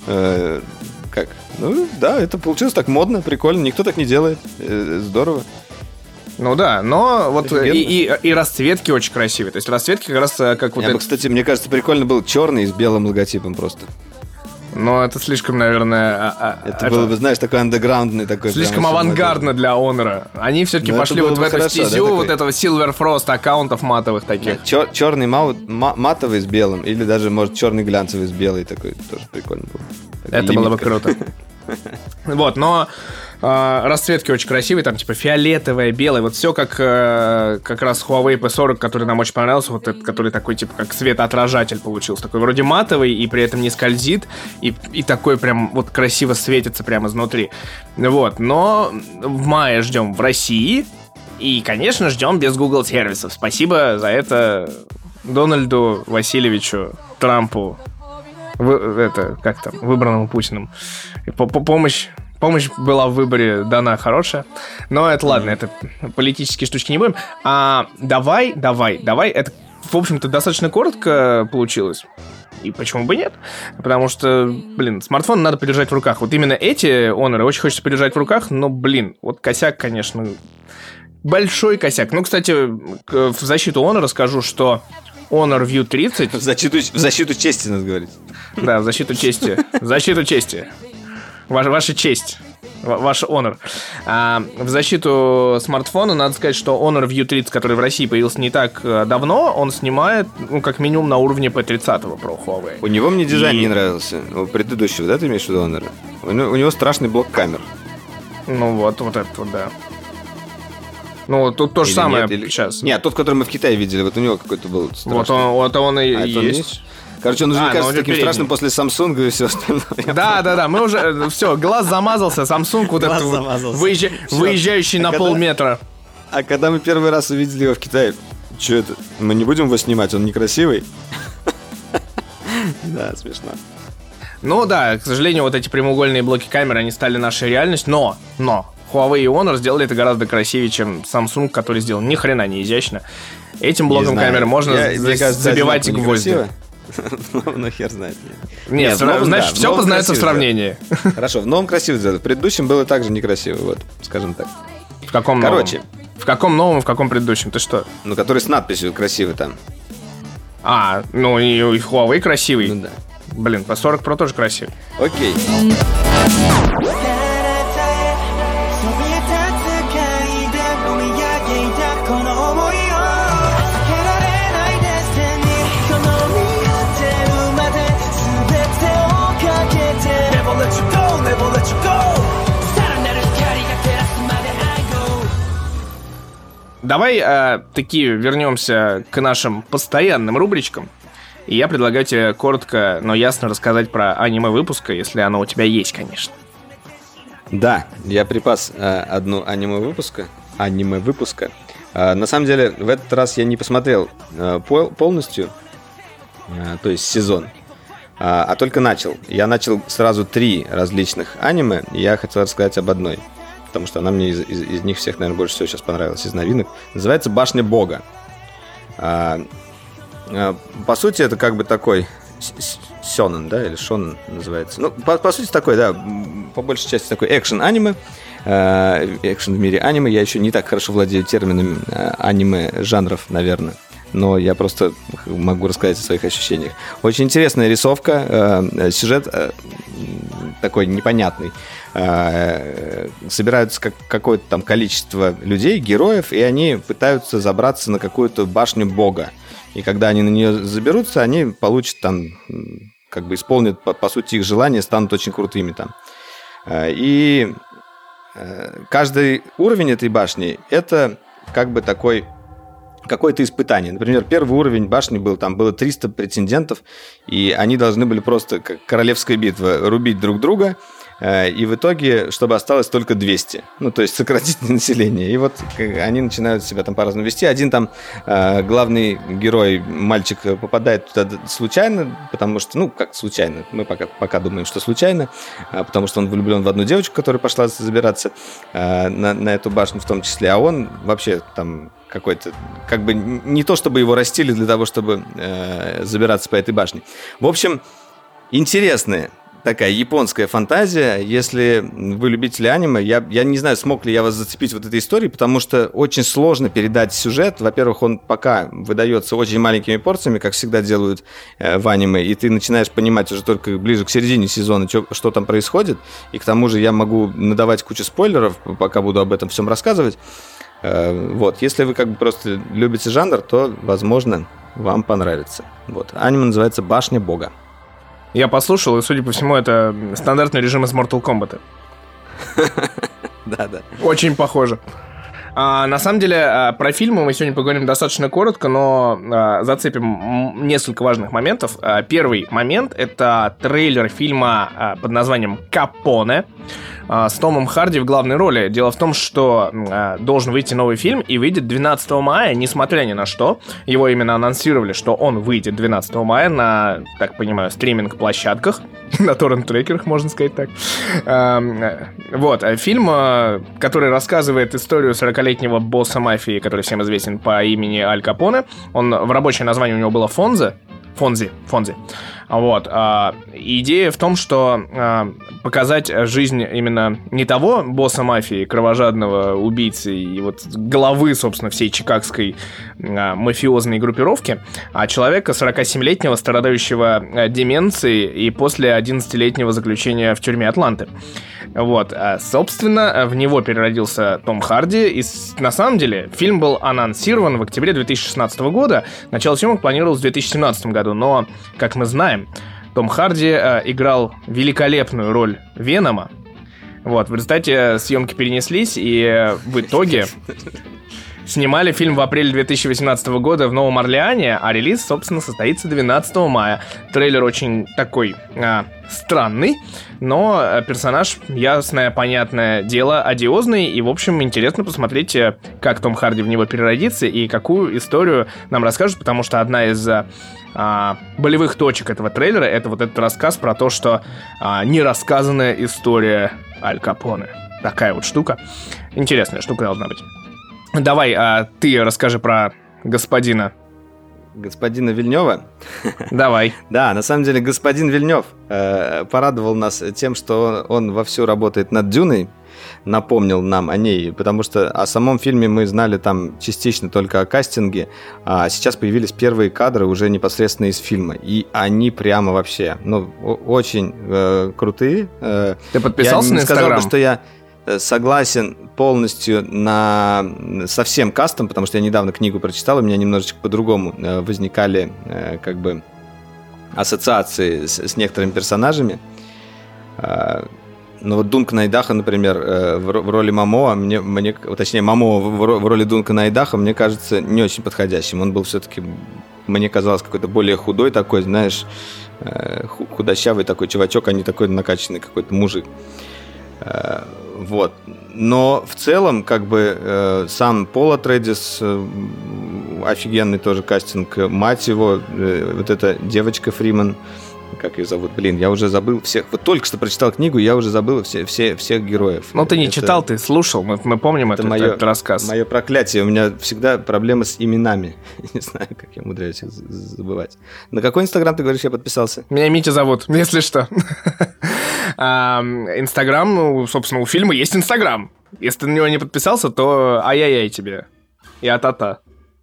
э, как? Ну да, это получилось так модно, прикольно, никто так не делает, э, здорово. Ну да, но вот и, и, и расцветки очень красивые, то есть расцветки как раз как вот... Я это... бы, кстати, мне кажется, прикольно был черный с белым логотипом просто. Но это слишком, наверное... А, а, это, это было бы, знаешь, такой андеграундный такой... Слишком авангардно для Honor. Они все-таки но пошли вот в эту стезю да, вот этого Silver Frost аккаунтов матовых таких. Да, чер- черный мау- ма- матовый с белым, или даже, может, черный глянцевый с белой такой, тоже прикольно было. Это лимитка. Было бы круто. Вот, но э, расцветки очень красивые, там типа фиолетовая, белая, вот все как э, как раз Huawei пи сорок, который нам очень понравился, вот этот, который такой типа как светоотражатель получился, такой вроде матовый и при этом не скользит, и, и такой прям вот красиво светится прямо изнутри. Вот, но в мае ждем в России, и, конечно, ждем без Google сервисов. Спасибо за это Дональду Васильевичу Трампу. Вы, это, как там, выбранному Путиным. Помощь, помощь была в выборе дана хорошая. Но это ладно, это политические штучки не будем. А давай, давай, давай. Это, в общем-то, достаточно коротко получилось. И почему бы нет? Потому что, блин, смартфон надо подержать в руках. Вот именно эти Honor очень хочется подержать в руках, но, блин, вот косяк, конечно, большой косяк. Ну, кстати, в защиту Honor скажу, что Honor View тридцать... В защиту, в защиту чести надо говорить. Да, в защиту чести. В защиту чести. Ваша, ваша честь. Ваш Honor. А, в защиту смартфона надо сказать, что Honor View тридцать, который в России появился не так давно, он снимает, ну, как минимум, на уровне пи тридцать про Huawei. У него мне дизайн И... не нравился. У предыдущего, да, ты имеешь в виду Honor? У него, у него страшный блок камер. Ну вот, вот это вот, да. Ну, тут то же или самое нет, или... сейчас. Нет, тот, который мы в Китае видели, вот у него какой-то был страшный. Вот он, вот он и а есть. есть. Короче, он уже, а, мне кажется, таким страшным после Samsung и все остальное. Да, да, да, мы уже, все, глаз замазался, Samsung вот этот выезжа... выезжающий а на когда... полметра. А когда мы первый раз увидели его в Китае, что это? Мы не будем его снимать, он некрасивый? Да, смешно. Ну да, к сожалению, вот эти прямоугольные блоки камеры, они стали нашей реальностью, но, но, Huawei и Honor сделали это гораздо красивее, чем Samsung, который сделал ни хрена не изящно. Этим блоком камеры можно я, за- кажется, забивать гвозди. Ну, хер знает. Нет, Нет новом, знаешь, да, все познается в сравнении. Сделать. Хорошо, в новом красиво сделать. В предыдущем было также некрасиво, вот, скажем так. В каком Короче. новом? В каком новом, в каком предыдущем? Ты что? Ну, который с надписью красивый там. А, ну и, и Huawei красивый. Ну да. Блин, по сорок Pro тоже красивый. Окей. давай э, таки вернемся к нашим постоянным рубричкам. И я предлагаю тебе коротко, но ясно рассказать про аниме выпуска, если оно у тебя есть, конечно. Да, я припас э, одну аниме выпуска. Аниме выпуска. Э, на самом деле, в этот раз я не посмотрел э, пол, полностью, э, то есть сезон, э, а только начал. Я начал сразу три различных аниме, и я хотел рассказать об одной, потому что она мне из, из, из них всех, наверное, больше всего сейчас понравилась, из новинок. Называется «Башня Бога». Э, э, по сути, это как бы такой... Сёнэн, да, или шонэн называется. Ну, по, по сути, такой, да, по большей части такой экшен-аниме. Э, экшен в мире аниме. Я еще не так хорошо владею терминами э, аниме-жанров, наверное. Но я просто могу рассказать о своих ощущениях. Очень интересная рисовка, э, сюжет э, такой непонятный. Э, собираются как, какое-то там количество людей, героев, и они пытаются забраться на какую-то башню бога. И когда они на нее заберутся, они получат там, как бы исполнят, по, по сути, их желания, станут очень крутыми там. И каждый уровень этой башни – это как бы такой, какое-то испытание. Например, первый уровень башни был, там было триста претендентов, и они должны были просто, как королевская битва, рубить друг друга, и в итоге, чтобы осталось только двести. Ну, то есть сократить население. И вот они начинают себя там по-разному вести. Один там э, главный герой, мальчик, попадает туда случайно, потому что, ну, как случайно, мы пока, пока думаем, что случайно, э, потому что он влюблен в одну девочку, которая пошла забираться э, на, на эту башню в том числе, а он вообще там какой-то, как бы не то, чтобы его растили для того, чтобы э, забираться по этой башне. В общем, интересные такая японская фантазия. Если вы любители аниме, я, я не знаю, смог ли я вас зацепить вот этой историей, потому что очень сложно передать сюжет. Во-первых, он пока выдается очень маленькими порциями, как всегда делают э, в аниме, и ты начинаешь понимать уже только ближе к середине сезона, чё, что там происходит. И к тому же я могу надавать кучу спойлеров, пока буду об этом всем рассказывать. Э, вот. Если вы как бы просто любите жанр, то, возможно, вам понравится. Вот. Аниме называется «Башня Бога». Я послушал, и, судя по всему, это стандартный режим из Mortal Kombat. Да, да. Очень похоже. А, на самом деле, про фильмы мы сегодня поговорим достаточно коротко, но а, зацепим несколько важных моментов. А, первый момент — это трейлер фильма а, под названием «Капоне» а, с Томом Харди в главной роли. Дело в том, что а, должен выйти новый фильм, и выйдет двенадцатого мая, несмотря ни на что. Его именно анонсировали, что он выйдет двенадцатого мая на, так понимаю, стриминг-площадках, на торрент-трекерах, можно сказать так. А, вот, фильм, который рассказывает историю сорокалетнего босса мафии, который всем известен по имени Аль Капоне. Он, в рабочее название у него было Фонзе. Фонзи, Фонзи. Вот. А, идея в том, что а, показать жизнь именно не того босса мафии, кровожадного убийцы и вот главы, собственно, всей чикагской а, мафиозной группировки, а человека сорокасемилетнего, страдающего а, деменцией и после одиннадцатилетнего заключения в тюрьме Атланты. Вот. А, собственно, в него переродился Том Харди, и на самом деле фильм был анонсирован в октябре две тысячи шестнадцатого года. Начало съемок планировалось в две тысячи семнадцатом году, но, как мы знаем, Том Харди э, играл великолепную роль Венома. Вот, в результате съемки перенеслись, и э, в итоге снимали фильм в апреле две тысячи восемнадцатого года в Новом Орлеане, а релиз, собственно, состоится двенадцатого мая. Трейлер очень такой э, странный, но э, персонаж, ясное, понятное дело, одиозный, и, в общем, интересно посмотреть, э, как Том Харди в него переродится и какую историю нам расскажет, потому что одна из э, э, болевых точек этого трейлера — это вот этот рассказ про то, что э, нерассказанная история Аль Капоне. Такая вот штука. Интересная штука должна быть. Давай, а ты расскажи про господина. Господина Вильнёва? Давай. Да, на самом деле господин Вильнёв э, порадовал нас тем, что он, он вовсю работает над «Дюной», напомнил нам о ней, потому что о самом фильме мы знали там частично только о кастинге, а сейчас появились первые кадры уже непосредственно из фильма, и они прямо вообще, ну, очень э, крутые. Э, ты подписался я на Инстаграм? Я не сказал бы, что я согласен полностью на... со всем кастом, потому что я недавно книгу прочитал, у меня немножечко по-другому возникали как бы ассоциации с, с некоторыми персонажами. но вот Дункан Айдаха, например, э, в, в роли Момоа, мне, мне, точнее, Момоа в, в роли Дункана Айдаха, мне кажется, не очень подходящим. Он был все-таки, мне казалось, какой-то более худой такой, знаешь, э, худощавый такой чувачок, а не такой накачанный какой-то мужик. Э, вот. Но в целом, как бы, э, сам Пол Атрейдис, э, офигенный тоже кастинг, мать его, э, вот эта девочка Фриман, как ее зовут, блин, я уже забыл всех, вот только что прочитал книгу, я уже забыл все, все, всех героев. Ну ты не это, читал, ты слушал, мы, мы помним это, мое, этот рассказ. Мое проклятие, у меня всегда проблемы с именами, не знаю, как я умудряюсь их забывать. На какой инстаграм, ты говоришь, я подписался? Меня Митя зовут, если что. Инстаграм, ну, собственно, у фильма есть Инстаграм. Если ты на него не подписался, то ай-яй-яй тебе. И а-та-та.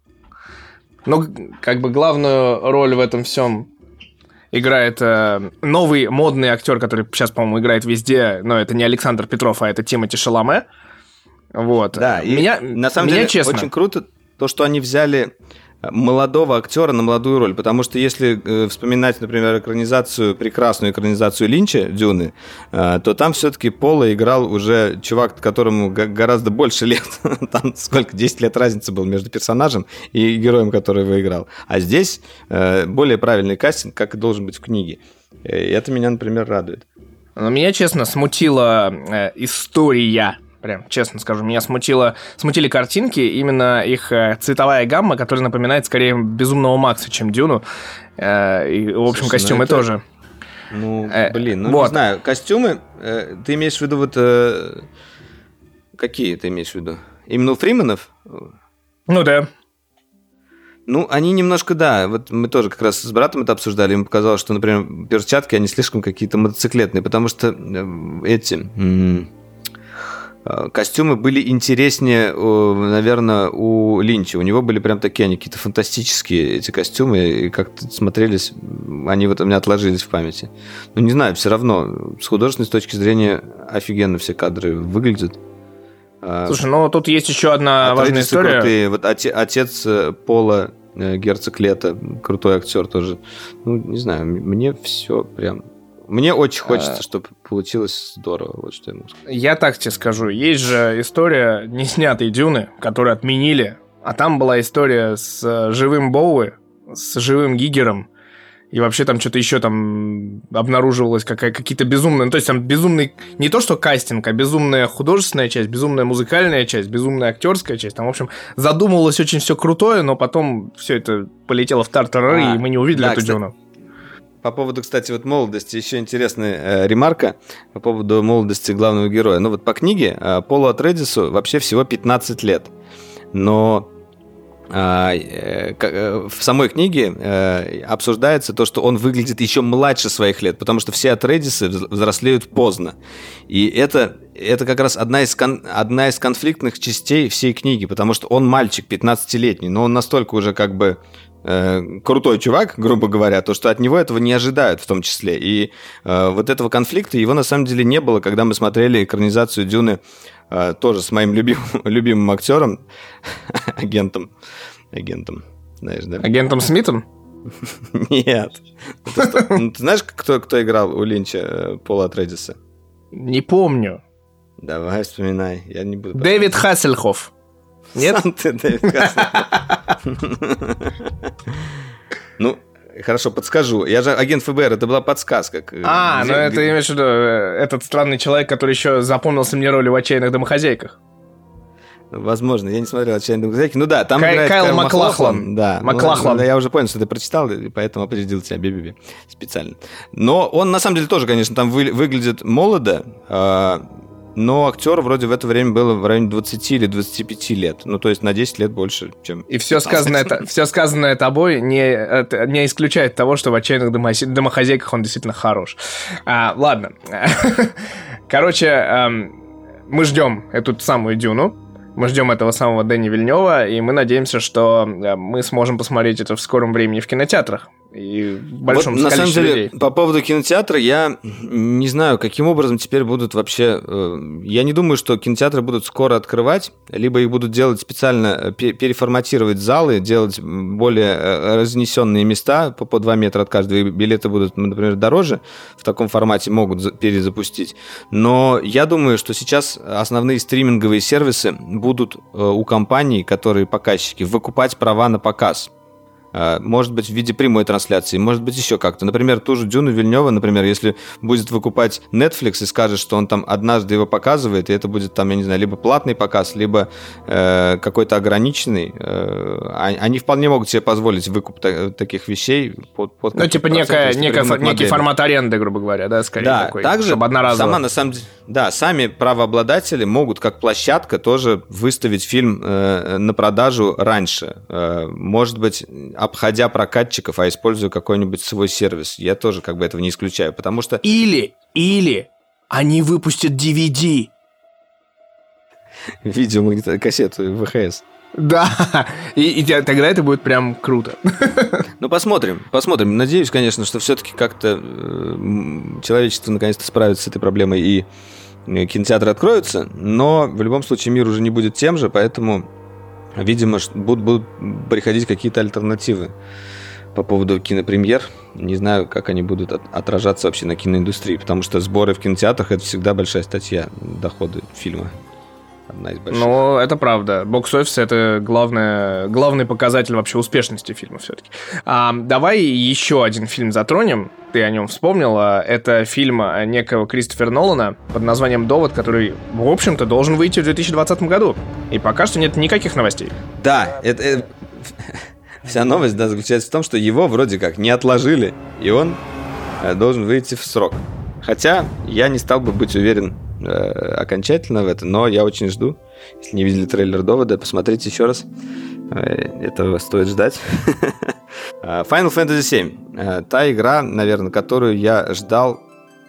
Но, как бы, главную роль в этом всем играет э, новый модный актер, который сейчас, по-моему, играет везде, но это не Александр Петров, а это Тимоти Шаломе. Вот. Да, и меня, на самом меня, деле честно, очень круто то, что они взяли молодого актера на молодую роль, потому что если э, вспоминать, например, экранизацию, прекрасную экранизацию Линча «Дюны», э, то там все-таки Пола играл уже чувак, которому г- гораздо больше лет, там сколько, десять лет разницы был между персонажем и героем, который его играл. А здесь э, более правильный кастинг, как и должен быть в книге. И это меня, например, радует. Но меня, честно, смутила э, история. Прям, честно скажу, меня смутило, смутили картинки, именно их э, цветовая гамма, которая напоминает скорее Безумного Макса, чем Дюну. Э, и, в общем, Слушай, костюмы ну это... тоже. Ну, блин, ну вот. Не знаю, костюмы, э, ты имеешь в виду вот... Э, какие ты имеешь в виду? Именно у Фриманов? Ну да. Ну, они немножко, да, вот мы тоже как раз с братом это обсуждали, ему показалось, что, например, перчатки, они слишком какие-то мотоциклетные, потому что эти... М- костюмы были интереснее, наверное, у Линча. У него были прям такие, они какие-то фантастические, эти костюмы, и как-то смотрелись, они вот у меня отложились в памяти. Ну, не знаю, все равно, с художественной точки зрения офигенно все кадры выглядят. Слушай, ну тут есть еще одна важная история. Крутые. Вот отец Пола, герцог Лето, крутой актер тоже. Ну, не знаю, мне все прям... Мне очень хочется, а... чтобы получилось здорово, вот что я могу сказать. Я так тебе скажу, есть же история неснятой Дюны, которую отменили, а там была история с живым Боуи, с живым Гигером, и вообще там что-то еще там обнаруживалось, какая- какие-то безумные... Ну, то есть там безумный... Не то, что кастинг, а безумная художественная часть, безумная музыкальная часть, безумная актерская часть. Там, в общем, задумывалось очень все крутое, но потом все это полетело в тартарары, а, и мы не увидели да, эту кстати... Дюну. По поводу, кстати, вот молодости, еще интересная э, ремарка по поводу молодости главного героя. Ну вот по книге э, Полу Атрейдису вообще всего пятнадцать лет, но э, э, в самой книге э, обсуждается то, что он выглядит еще младше своих лет, потому что все Атрейдисы взрослеют поздно. И это, это как раз одна из, кон, одна из конфликтных частей всей книги, потому что он мальчик пятнадцатилетний, но он настолько уже как бы... крутой чувак, грубо говоря, то, что от него этого не ожидают в том числе. И э, вот этого конфликта, его на самом деле не было, когда мы смотрели экранизацию «Дюны» э, тоже с моим любимым, любимым актером, агентом, агентом, знаешь, да? Агентом Смитом? Нет. Ты знаешь, кто, кто играл у Линча Пола Атрейдиса? Не помню. Давай, вспоминай. Я не буду. Дэвид Хассельхофф. Нет? Сам ты, Дэвид Хассельхофф. Ну, хорошо, подскажу. Я же агент эф бэ эр, это была подсказка. А, ну это имеешь в виду этот странный человек, который еще запомнился мне ролью в «Отчаянных домохозяйках». Возможно, я не смотрел «Отчаянные домохозяйки». Ну да, там Кай, играет Кайл Кайл Маклахлан. Маклахлан. Да, Маклахлан. Ну, я уже понял, что ты прочитал, и поэтому определил тебя би-би-би специально. Но он на самом деле тоже, конечно, там вы, выглядит молодо, э, но актеру вроде в это время было в районе двадцати или двадцати пяти лет. Ну, то есть на десять лет больше, чем... И все сказанное, все сказанное тобой не, не исключает того, что в «Отчаянных домохозяйках» он действительно хорош. А, ладно. Короче, эм, мы ждем эту самую Дюну. Мы ждем этого самого Дэни Вильнёва, и мы надеемся, что мы сможем посмотреть это в скором времени в кинотеатрах. и в большом вот, количестве на самом деле, людей. По поводу кинотеатра, я не знаю, каким образом теперь будут вообще... Я не думаю, что кинотеатры будут скоро открывать, либо их будут делать специально, переформатировать залы, делать более разнесенные места по два метра от каждого, и билеты будут, например, дороже, в таком формате могут перезапустить. Но я думаю, что сейчас основные стриминговые сервисы будут у компаний, которые показчики, выкупать права на показ. Может быть, в виде прямой трансляции, может быть, еще как-то. Например, ту же Дюну Вильнёва, например, если будет выкупать Netflix и скажет, что он там однажды его показывает, и это будет там, я не знаю, либо платный показ, либо э, какой-то ограниченный, э, они вполне могут себе позволить выкуп та- таких вещей. Под, под ну, типа некая, некая, некий формат аренды, грубо говоря, да, скорее да, такой, также чтобы одноразово. Сама, на самом деле, да, сами правообладатели могут, как площадка, тоже выставить фильм э, на продажу раньше. Э, может быть, обходя прокатчиков, а используя какой-нибудь свой сервис. Я тоже как бы этого не исключаю, потому что... Или, или они выпустят ди ви ди. Видеокассету вэ ха эс. Да, и, и тогда это будет прям круто. Ну, посмотрим, посмотрим. Надеюсь, конечно, что все-таки как-то э, человечество наконец-то справится с этой проблемой, и кинотеатры откроются, но в любом случае мир уже не будет тем же, поэтому... Видимо, будут, будут приходить какие-то альтернативы по поводу кинопремьер. Не знаю, как они будут от, отражаться вообще на киноиндустрии, потому что сборы в кинотеатрах – это всегда большая статья, доходы фильма. Одна из больших. Ну, это правда. Бокс-офис – это главное, главный показатель вообще успешности фильма все-таки. А, давай еще один фильм затронем. Ты о нем вспомнила. Это фильм некого Кристофера Нолана под названием «Довод», который, в общем-то, должен выйти в две тысячи двадцатом году. И пока что нет никаких новостей. Да, это, это... вся новость, да, заключается в том, что его вроде как не отложили, и он должен выйти в срок. Хотя я не стал бы быть уверен э, окончательно в этом, но я очень жду. Если не видели трейлер «Довода», посмотрите еще раз. Э, этого стоит ждать. Final Fantasy семь. Та игра, наверное, которую я ждал,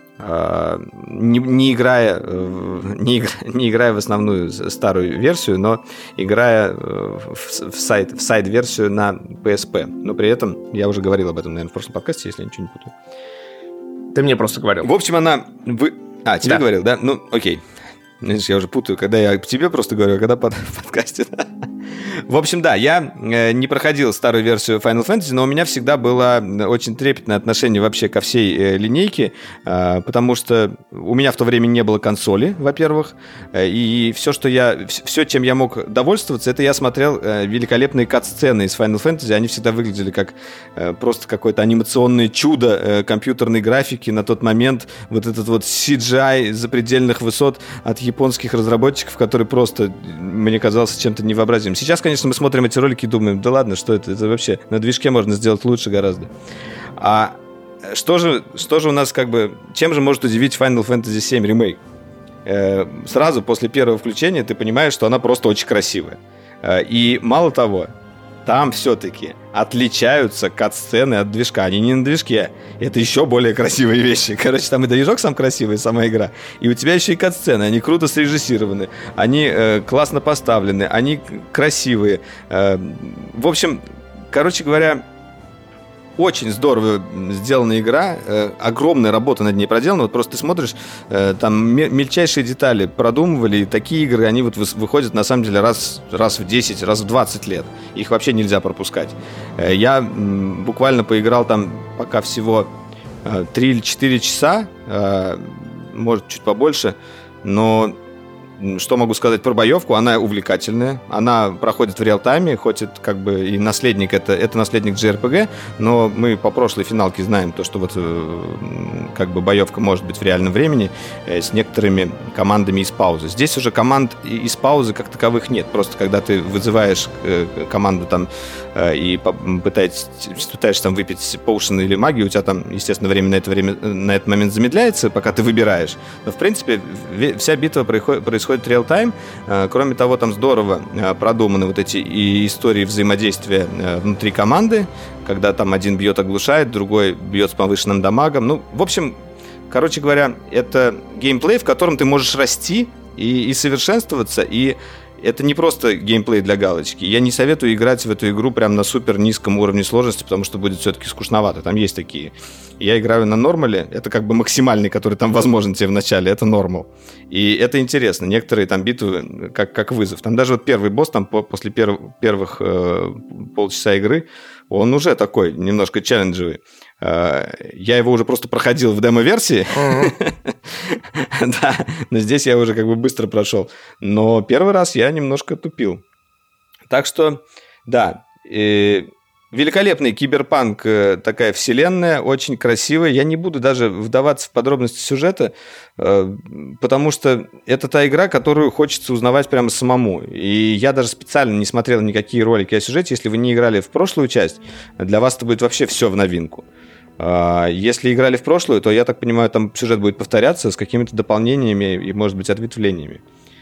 не, не, играя, не, игра, не играя в основную старую версию, но играя в, в, сайт, в сайд-версию на пи эс пи. Но при этом, я уже говорил об этом, наверное, в прошлом подкасте, если я ничего не путаю. Ты мне просто говорил. В общем, она... Вы... А, тебе да. говорил, да? Ну, окей. Знаешь, я уже путаю, когда я тебе просто говорю, а когда под, в подкасте. В общем, да, я э, не проходил старую версию Final Fantasy, но у меня всегда было очень трепетное отношение вообще ко всей э, линейке, э, потому что у меня в то время не было консоли, во-первых, э, и все, что я, все, чем я мог довольствоваться, это я смотрел э, великолепные кат-сцены из Final Fantasy, они всегда выглядели как э, просто какое-то анимационное чудо э, компьютерной графики на тот момент, вот этот вот си джи ай запредельных высот от японских разработчиков, который просто, мне казался, чем-то невообразимым. Сейчас, конечно, мы смотрим эти ролики и думаем, да ладно, что это? Это вообще на движке можно сделать лучше гораздо. А что же, что же у нас как бы... Чем же может удивить Final Fantasy семь Remake? Э, сразу после первого включения ты понимаешь, что она просто очень красивая. Э, и мало того, там все-таки отличаются кат-сцены от движка. Они не на движке. Это еще более красивые вещи. Короче, там и движок сам красивый, и сама игра. И у тебя еще и кат-сцены. Они круто срежиссированы. Они э, классно поставлены. Они красивые. Э, в общем, короче говоря, очень здорово сделана игра, э, огромная работа над ней проделана. Вот просто ты смотришь, э, там мельчайшие детали продумывали, и такие игры, они вот выходят на самом деле раз, раз в десять, раз в двадцать лет. Их вообще нельзя пропускать. Э, я м, буквально поиграл там пока всего э, три или четыре часа, э, может, чуть побольше, но... Что могу сказать про боевку? Она увлекательная, она проходит в реал-тайме, хоть это как бы и наследник, это, это наследник джей ар пи джи, но мы по прошлой финалке знаем то, что вот как бы боевка может быть в реальном времени с некоторыми командами из паузы. Здесь уже команд из паузы как таковых нет, просто когда ты вызываешь команду там и пытаешься, пытаешься там выпить поушен или магию, у тебя там, естественно, время на это время на этот момент замедляется, пока ты выбираешь. Но в принципе вся битва происходит, происходит реал-тайм. Кроме того, там здорово продуманы вот эти и истории взаимодействия внутри команды, когда там один бьет, оглушает, другой бьет с повышенным дамагом. Ну, в общем, короче говоря, это геймплей, в котором ты можешь расти и, и совершенствоваться, и это не просто геймплей для галочки. Я не советую играть в эту игру прям на супер низком уровне сложности, потому что будет все-таки скучновато. Там есть такие. Я играю на нормале, это как бы максимальный, который там возможен тебе в начале, это нормал. И это интересно. Некоторые там битвы как, как вызов. Там даже вот первый босс, там по, после перв, первых э, полчаса игры, он уже такой, немножко челленджевый. Э, я его уже просто проходил в демо-версии. Да, но здесь я уже как бы быстро прошел. Но первый раз я немножко тупил. Так что, да, великолепный киберпанк, такая вселенная, очень красивая. Я не буду даже вдаваться в подробности сюжета, потому что это та игра, которую хочется узнавать прямо самому. И я даже специально не смотрел никакие ролики о сюжете. Если вы не играли в прошлую часть, для вас это будет вообще все в новинку. Если играли в прошлую, то, я так понимаю, там сюжет будет повторяться с какими-то дополнениями и, может быть, ответвлениями.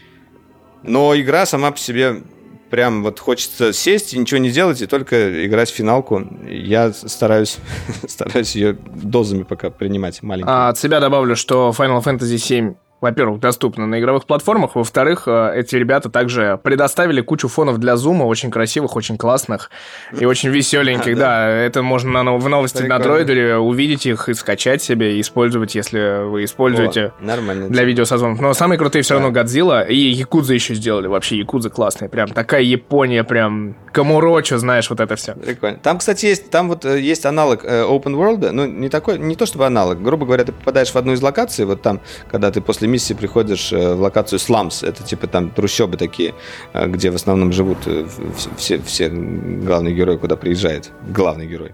Но игра сама по себе прям вот хочется сесть и ничего не делать, и только играть в финалку. Я стараюсь, стараюсь ее дозами пока принимать маленькими. А от себя добавлю, что Final Fantasy семь, во-первых, доступна на игровых платформах, во-вторых, эти ребята также предоставили кучу фонов для зума, очень красивых, очень классных и очень веселеньких. Да, это можно в новости на Дроидере увидеть их и скачать себе, и использовать, если вы используете для видеосозвонов. Но самые крутые все равно Годзилла, и Якудза еще сделали. Вообще, Якудза классная, прям такая Япония, прям Камурочо, знаешь, вот это все. Прикольно. Там, кстати, есть, там вот есть аналог Open World, ну, не такой, не то чтобы аналог, грубо говоря, ты попадаешь в одну из локаций, вот там, когда ты после миссии приходишь в локацию Slums, это типа там трущобы такие, где в основном живут все, все главные герои, куда приезжает главный герой.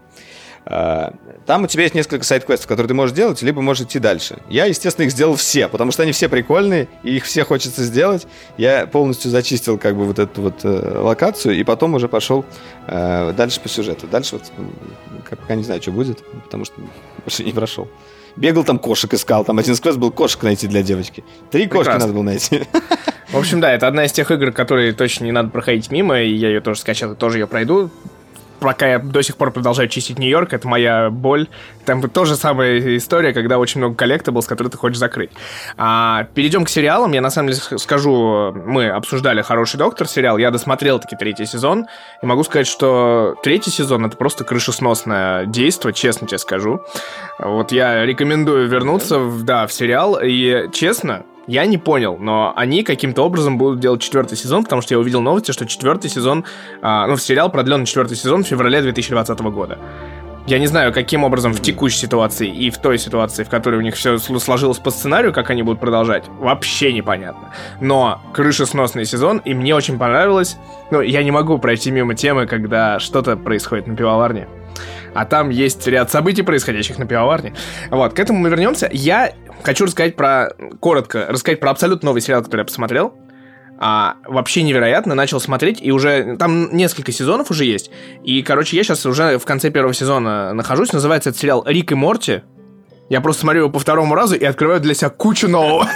Там у тебя есть несколько сайд-квестов, которые ты можешь делать, либо можешь идти дальше. Я, естественно, их сделал все, потому что они все прикольные, и их все хочется сделать. Я полностью зачистил как бы вот эту вот э, локацию, и потом уже пошел э, дальше по сюжету. Дальше вот пока не знаю, что будет, потому что больше не прошел. Бегал там, кошек искал, там один из квестов был кошек найти для девочки. Три кошки надо было найти. В общем, да, это одна из тех игр, которые точно не надо проходить мимо, и я ее тоже скачал, и тоже ее пройду. Пока я до сих пор продолжаю чистить Нью-Йорк, это моя боль. Там тоже самая история, когда очень много коллектаблс, которые ты хочешь закрыть. А, перейдем к сериалам. Я на самом деле скажу, мы обсуждали «Хороший доктор» сериал, я досмотрел таки третий сезон, и могу сказать, что третий сезон — это просто крышесносное действо, честно тебе скажу. Вот я рекомендую вернуться в, да, в сериал, и честно... Я не понял, но они каким-то образом будут делать четвертый сезон, потому что я увидел новости, что четвертый сезон, а, ну, в сериал продлен четвертый сезон в феврале две тысячи двадцатого года. Я не знаю, каким образом в текущей ситуации и в той ситуации, в которой у них все сложилось по сценарию, как они будут продолжать, вообще непонятно. Но крышесносный сезон, и мне очень понравилось. Ну, я не могу пройти мимо темы, когда что-то происходит на пивоварне. А там есть ряд событий, происходящих на пивоварне. Вот, к этому мы вернемся. Я хочу рассказать про, коротко, рассказать про абсолютно новый сериал, который я посмотрел. А, вообще невероятно, начал смотреть, и уже, там несколько сезонов уже есть. И, короче, я сейчас уже в конце первого сезона нахожусь. Называется этот сериал «Рик и Морти». Я просто смотрю его по второму разу и открываю для себя кучу нового.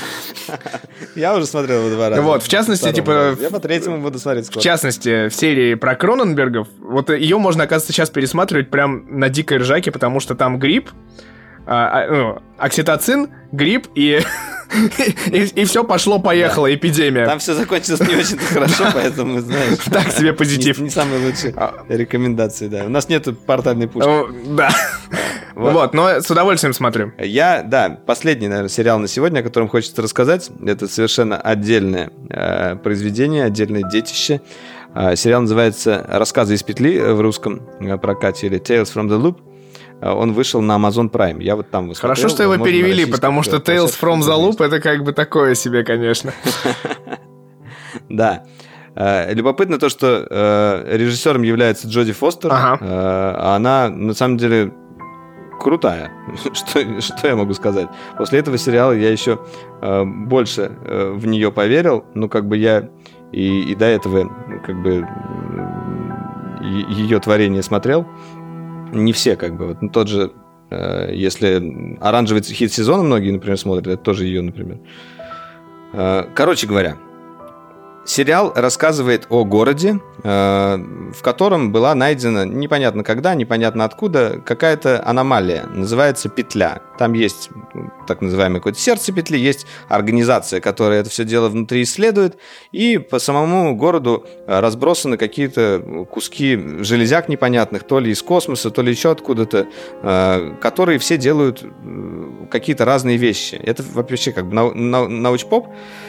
Я уже смотрел его два раза. Вот, в частности, типа... Я по третьему буду смотреть скоро. В частности, в серии про Кроненбергов, вот ее можно, оказывается, сейчас пересматривать прям на дикой ржаке, потому что там грипп, а, а, ну, окситоцин, грипп и... И, и все пошло-поехало, да. Эпидемия. Там все закончилось не очень хорошо, поэтому, знаешь... Так себе позитив. Не, не самые лучшие рекомендации, да. У нас нету портальной пушки. Да. Вот. вот, но с удовольствием смотрю. Я, да, последний, наверное, сериал на сегодня, о котором хочется рассказать. Это совершенно отдельное э, произведение, отдельное детище. Э, сериал называется «Рассказы из петли» в русском прокате, или «Tales from the Loop». Он вышел на Amazon Prime. Я вот там смотрел. Хорошо, что его перевели, потому что Tales from the Loop это как бы такое себе, конечно. Да. Любопытно то, что режиссером является Джоди Фостер. А она, на самом деле, крутая. Что, что я могу сказать? После этого сериала я еще больше в нее поверил. Ну, как бы я и, и до этого как бы ее творение смотрел. Не все, как бы. Вот, ну, тот же, э, если оранжевый хит сезона многие, например, смотрят, это тоже ее, например. Э, короче говоря, Сериал рассказывает о городе, э, в котором была найдена непонятно когда, непонятно откуда какая-то аномалия, называется петля. Там есть так называемое какое-то сердце петли, есть организация, которая это все дело внутри исследует, и по самому городу разбросаны какие-то куски железяк непонятных, то ли из космоса, то ли еще откуда-то, э, которые все делают какие-то разные вещи. Это вообще как бы нау- нау- научпоп,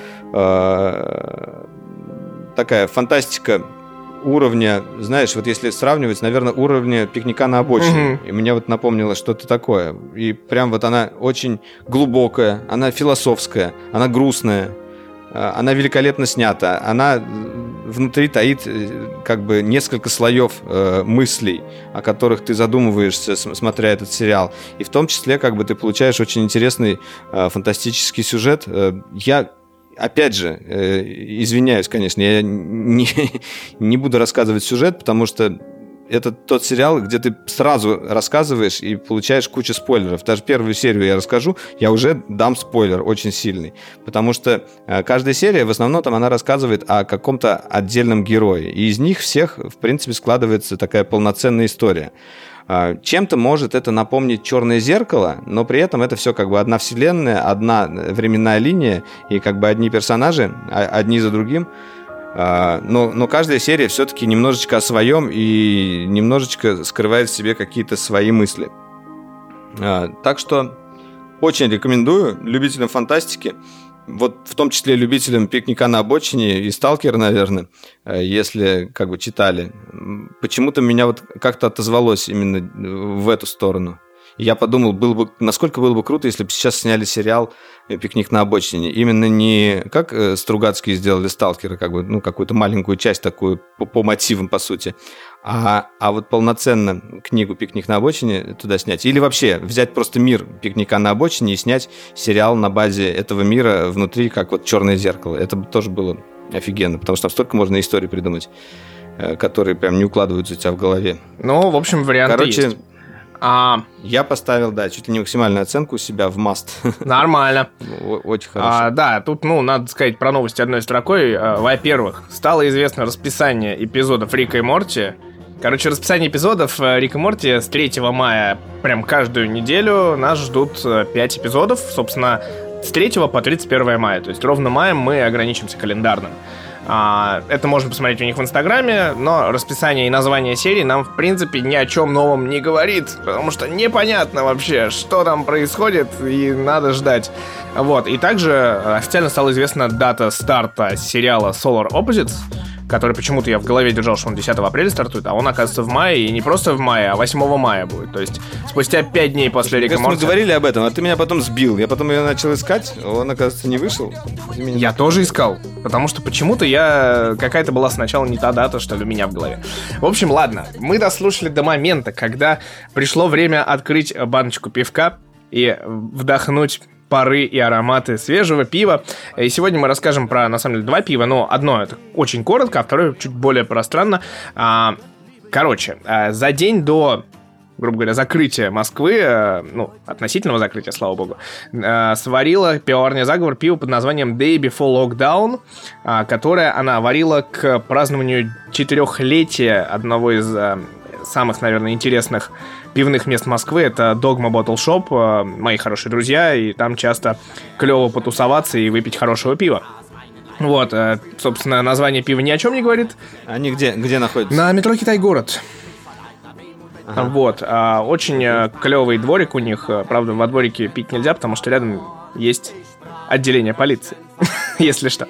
э, такая фантастика уровня, знаешь, вот если сравнивать, наверное, уровня «Пикника на обочине». Mm-hmm. И мне вот напомнило что-то такое. И прям вот она очень глубокая, она философская, она грустная, она великолепно снята, она внутри таит как бы несколько слоев э, мыслей, о которых ты задумываешься, смотря этот сериал. И в том числе как бы ты получаешь очень интересный э, фантастический сюжет. Э, я Опять же, э, извиняюсь, конечно, я не, не буду рассказывать сюжет, потому что это тот сериал, где ты сразу рассказываешь и получаешь кучу спойлеров. Даже первую серию я расскажу, я уже дам спойлер очень сильный, потому что э, каждая серия, в основном, там она рассказывает о каком-то отдельном герое, и из них всех, в принципе, складывается такая полноценная история. Чем-то может это напомнить «Черное зеркало», но при этом это все как бы одна вселенная, одна временная линия, и как бы одни персонажи, одни за другим. Но, но каждая серия все-таки немножечко о своем и немножечко скрывает в себе какие-то свои мысли. Так что очень рекомендую любителям фантастики, вот в том числе любителям «Пикника на обочине» и «Сталкера», наверное, если как бы читали. Почему-то меня вот как-то отозвалось именно в эту сторону. Я подумал, было бы, насколько было бы круто, если бы сейчас сняли сериал «Пикник на обочине». Именно не как Стругацкие сделали «Сталкера», как бы, ну, какую-то маленькую часть такую по, по мотивам, по сути, а, а вот полноценно книгу «Пикник на обочине» туда снять. Или вообще взять просто мир «Пикника на обочине» и снять сериал на базе этого мира внутри, как вот «Черное зеркало». Это бы тоже было офигенно, потому что там столько можно историй придумать, которые прям не укладываются у тебя в голове. Ну, в общем, варианты Короче, есть. А... Я поставил, да, чуть ли не максимальную оценку у себя в must. Нормально. Очень хорошо. А, да, тут, ну, надо сказать про новости одной строкой. Во-первых, стало известно расписание эпизодов Рика и Морти. Короче, расписание эпизодов Рика и Морти с третьего мая прям каждую неделю нас ждут пять эпизодов. Собственно, с третьего по тридцать первое мая. То есть ровно маем мы ограничимся календарным. А, это можно посмотреть у них в Инстаграме, но расписание и название серии нам, в принципе, ни о чем новом не говорит, потому что непонятно вообще, что там происходит, и надо ждать. Вот, и также официально стала известна дата старта сериала Solar Opposites, который почему-то я в голове держал, что он десятого апреля стартует, а он, оказывается, в мае, и не просто в мае, а восьмого мая будет. То есть спустя пять дней после Рика и Морти. Мы говорили об этом, а ты меня потом сбил. Я потом ее начал искать, он, оказывается, не вышел. Я тоже искал, потому что почему-то я... Какая-то была сначала не та дата, что ли, у меня в голове. В общем, ладно, мы дослушали до момента, когда пришло время открыть баночку пивка и вдохнуть пары и ароматы свежего пива. И сегодня мы расскажем про, на самом деле, два пива. Но одно это очень коротко, а второе чуть более пространно. Короче, за день до, грубо говоря, закрытия Москвы, ну, относительного закрытия, слава богу, сварила пивоварня «Заговор» пиво под названием Day Before Lockdown, которое она варила к празднованию четырехлетия одного из самых, наверное, интересных пивных мест Москвы. Это Dogma Bottle Shop, мои хорошие друзья, и там часто клево потусоваться и выпить хорошего пива. Вот, собственно, название пива ни о чем не говорит. Они где, где находятся? На метро Китай-город. Ага. Вот, очень клевый дворик у них. Правда, во дворике пить нельзя, потому что рядом есть отделение полиции, если что.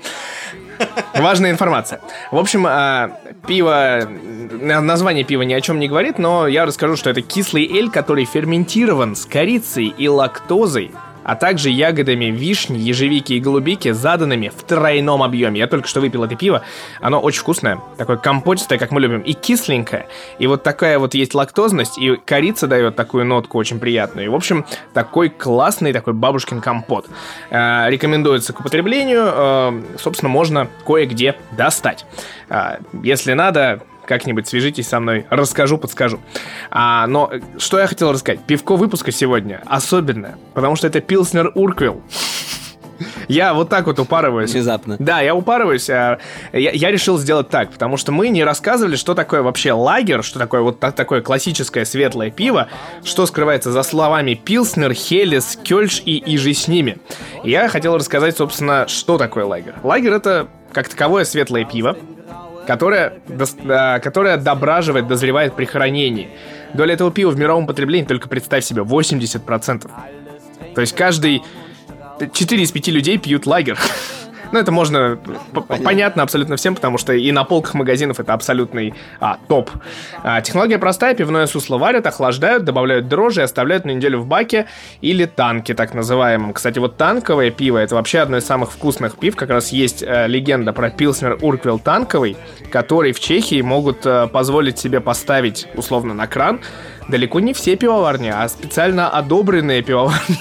Важная информация. В общем, пиво... Название пива ни о чем не говорит, но я расскажу, что это кислый эль, который ферментирован с корицей и лактозой, а также ягодами вишни, ежевики и голубики, заданными в тройном объеме. Я только что выпил это пиво. Оно очень вкусное, такое компотистое, как мы любим, и кисленькое. И вот такая вот есть лактозность, и корица дает такую нотку очень приятную. И, в общем, такой классный такой бабушкин компот. Э, рекомендуется к употреблению. Э, собственно, можно кое-где достать. Э, если надо... Как-нибудь свяжитесь со мной, расскажу, подскажу. А, но что я хотел рассказать? Пивко выпуска сегодня особенное, потому что это Пилснер Урквилл. Я вот так вот упарываюсь. Внезапно. Да, я упарываюсь. Я, я решил сделать так, потому что мы не рассказывали, что такое вообще лагер, что такое вот такое классическое светлое пиво, что скрывается за словами пилснер, хелес, кёльш и иже с ними. Я хотел рассказать, собственно, что такое лагер. Лагер — это, как таковое, светлое пиво, которое, которое дображивает, дозревает при хранении. Доля этого пива в мировом потреблении, только представь себе, восемьдесят процентов. То есть каждый... четыре из пяти людей пьют лагер. Ну, это можно... Понятно. Понятно абсолютно всем, потому что и на полках магазинов это абсолютный а, топ. А, технология простая. Пивное сусло варят, охлаждают, добавляют дрожжи и оставляют на неделю в баке или танке, так называемом. Кстати, вот танковое пиво — это вообще одно из самых вкусных пив. Как раз есть э, легенда про Пилснер Урквилл танковый, который в Чехии могут э, позволить себе поставить, условно, на кран далеко не все пивоварни, а специально одобренные пивоварни.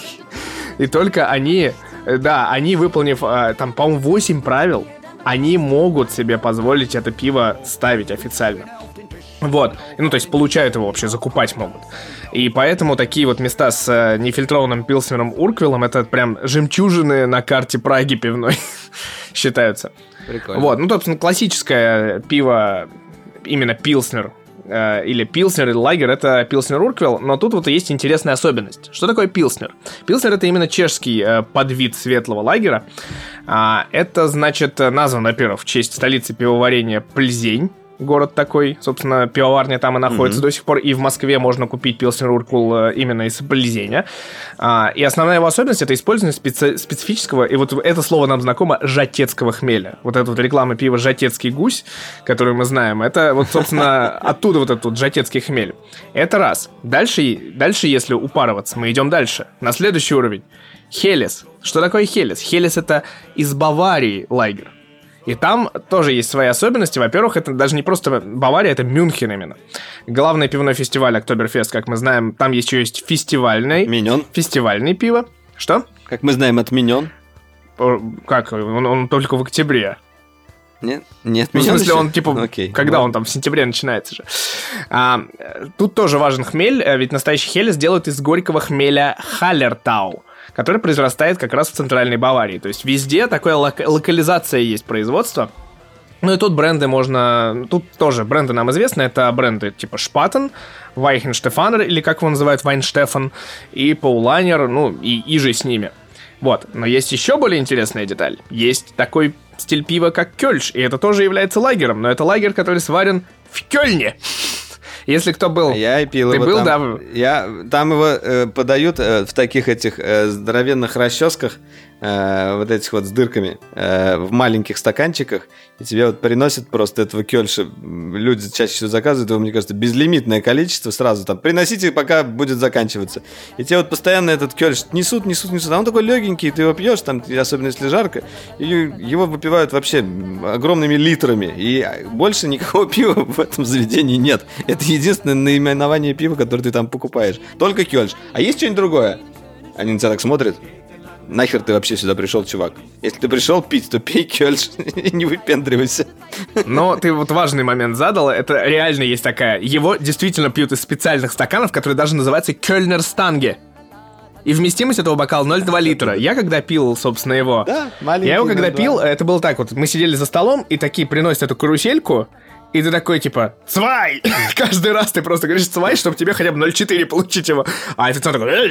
И только они, да, они, выполнив, там, по-моему, восемь правил, они могут себе позволить это пиво ставить официально. Вот, ну, то есть получают его вообще, закупать могут. И поэтому такие вот места с нефильтрованным пилснером Урквиллом — это прям жемчужины на карте Праги пивной считаются. Прикольно. Вот, ну, собственно, классическое пиво, именно пилснер, или пилснер, или лагер — это пилснер Урквилл, но тут вот есть интересная особенность. Что такое пилснер? Пилснер — это именно чешский э, подвид светлого лагера. А, это, значит, назван, во-первых, в честь столицы пивоварения Пльзень. Город такой, собственно, пивоварня там и находится mm-hmm. до сих пор, и в Москве можно купить пилснер Урквилл именно из Пльзеня. А, и основная его особенность — это использование специ- специфического, и вот это слово нам знакомо, жатецкого хмеля. Вот эта вот реклама пива «Жатецкий гусь», которую мы знаем, это вот, собственно, оттуда вот этот вот жатецкий хмель. Это раз. Дальше, дальше, если упарываться, мы идем дальше, на следующий уровень. Хелес. Что такое хелес? Хелес — это из Баварии лагер. И там тоже есть свои особенности. Во-первых, это даже не просто Бавария, это Мюнхен именно. Главный пивной фестиваль Октоберфест, как мы знаем, там еще есть фестивальный... Миньон. Фестивальное пиво. Что? Как мы знаем, отменен. Как? Он, он только в октябре. Нет? Нет, ну, в смысле, еще? он, типа, Окей, когда ладно. он там, в сентябре начинается же. А, тут тоже важен хмель, ведь настоящий хелес делают из горького хмеля Халлертау, который произрастает как раз в центральной Баварии. То есть везде такая лок- локализация есть производства. Ну и тут бренды можно... Тут тоже бренды нам известны. Это бренды типа Шпатен, Вайхенштефанер, или как его называют, Вайнштефан, и Паулайнер, ну и иже с ними. Вот. Но есть еще более интересная деталь. Есть такой стиль пива, как кёльш, и это тоже является лагером, но это лагер, который сварен в Кёльне. Если кто был... Я и пил Ты его был, там. да? Я, там его э, подают э, в таких этих э, здоровенных расческах, э, вот этих вот с дырками, э, в маленьких стаканчиках, и тебе вот приносят просто этого кёльша. Люди чаще всего заказывают его, мне кажется, безлимитное количество сразу там. Приносите, пока будет заканчиваться. И тебе вот постоянно этот кёльш несут, несут, несут. А он такой легенький, ты его пьешь, там, особенно если жарко, и его выпивают вообще огромными литрами. И больше никакого пива в этом заведении нет. Это единственное наименование пива, которое ты там покупаешь. Только кёльш. А есть что-нибудь другое? Они на тебя так смотрят. Нахер ты вообще сюда пришел, чувак? Если ты пришел пить, то пей кёльш и не выпендривайся. Но ты вот важный момент задал. Это реально есть такая. Его действительно пьют из специальных стаканов, которые даже называются Кёльнерстанге. И вместимость этого бокала ноль целых два литра. Я когда пил, собственно, его... Да, маленький. Я его когда да, пил, да. это было так вот. Мы сидели за столом, и такие приносят эту карусельку, и ты такой, типа, «Цвай!» Каждый раз ты просто говоришь «Цвай», чтобы тебе хотя бы ноль целых четыре десятых получить его. А официант такой...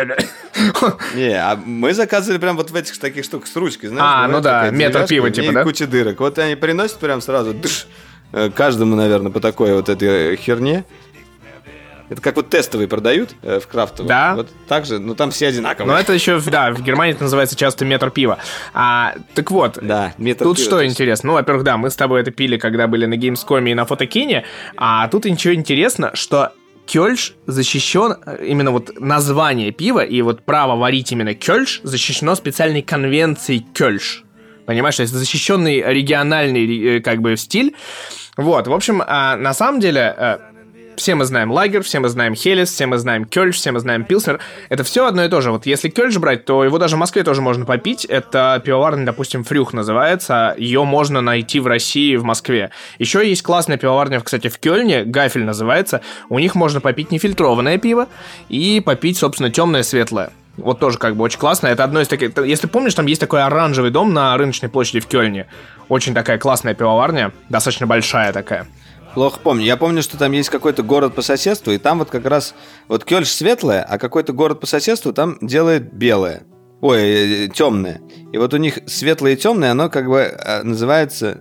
Не, а мы заказывали прям вот в этих таких штуках с ручкой, знаешь? А, ну да, метр пива, типа, да? И куча дырок. Вот они приносят прям сразу, дыш, каждому, наверное, по такой вот этой херне. Это как вот тестовые продают э, в крафтовых. Да. Вот так же, но там все одинаковые. Но это еще, да, в Германии это называется часто метр пива. А, так вот, да, метр тут пива, что точно. интересно? Ну, во-первых, да, мы с тобой это пили, когда были на Gamescom и на Фотокине, а тут ничего интересно, что кёльш защищен, именно вот название пива и вот право варить именно кёльш защищено специальной конвенцией кёльш. Понимаешь, то есть защищенный региональный как бы стиль. Вот, в общем, а, на самом деле... Все мы знаем лагер, все мы знаем хелес, все мы знаем кёльш, все мы знаем пилснер. Это все одно и то же. Вот если кёльш брать, то его даже в Москве тоже можно попить. Это пивоварня, допустим, Фрюх называется. Ее можно найти в России, в Москве. Еще есть классная пивоварня, кстати, в Кёльне, Гафель называется. У них можно попить нефильтрованное пиво и попить, собственно, темное, светлое. Вот тоже как бы очень классно. Это одно из таких... Если помнишь, там есть такой оранжевый дом на рыночной площади в Кёльне. Очень такая классная пивоварня, достаточно большая такая. Плохо помню. Я помню, что там есть какой-то город по соседству, и там вот как раз... Вот Кёльш светлая, а какой-то город по соседству там делает белое. Ой, темное. И вот у них светлое и темное, оно как бы называется...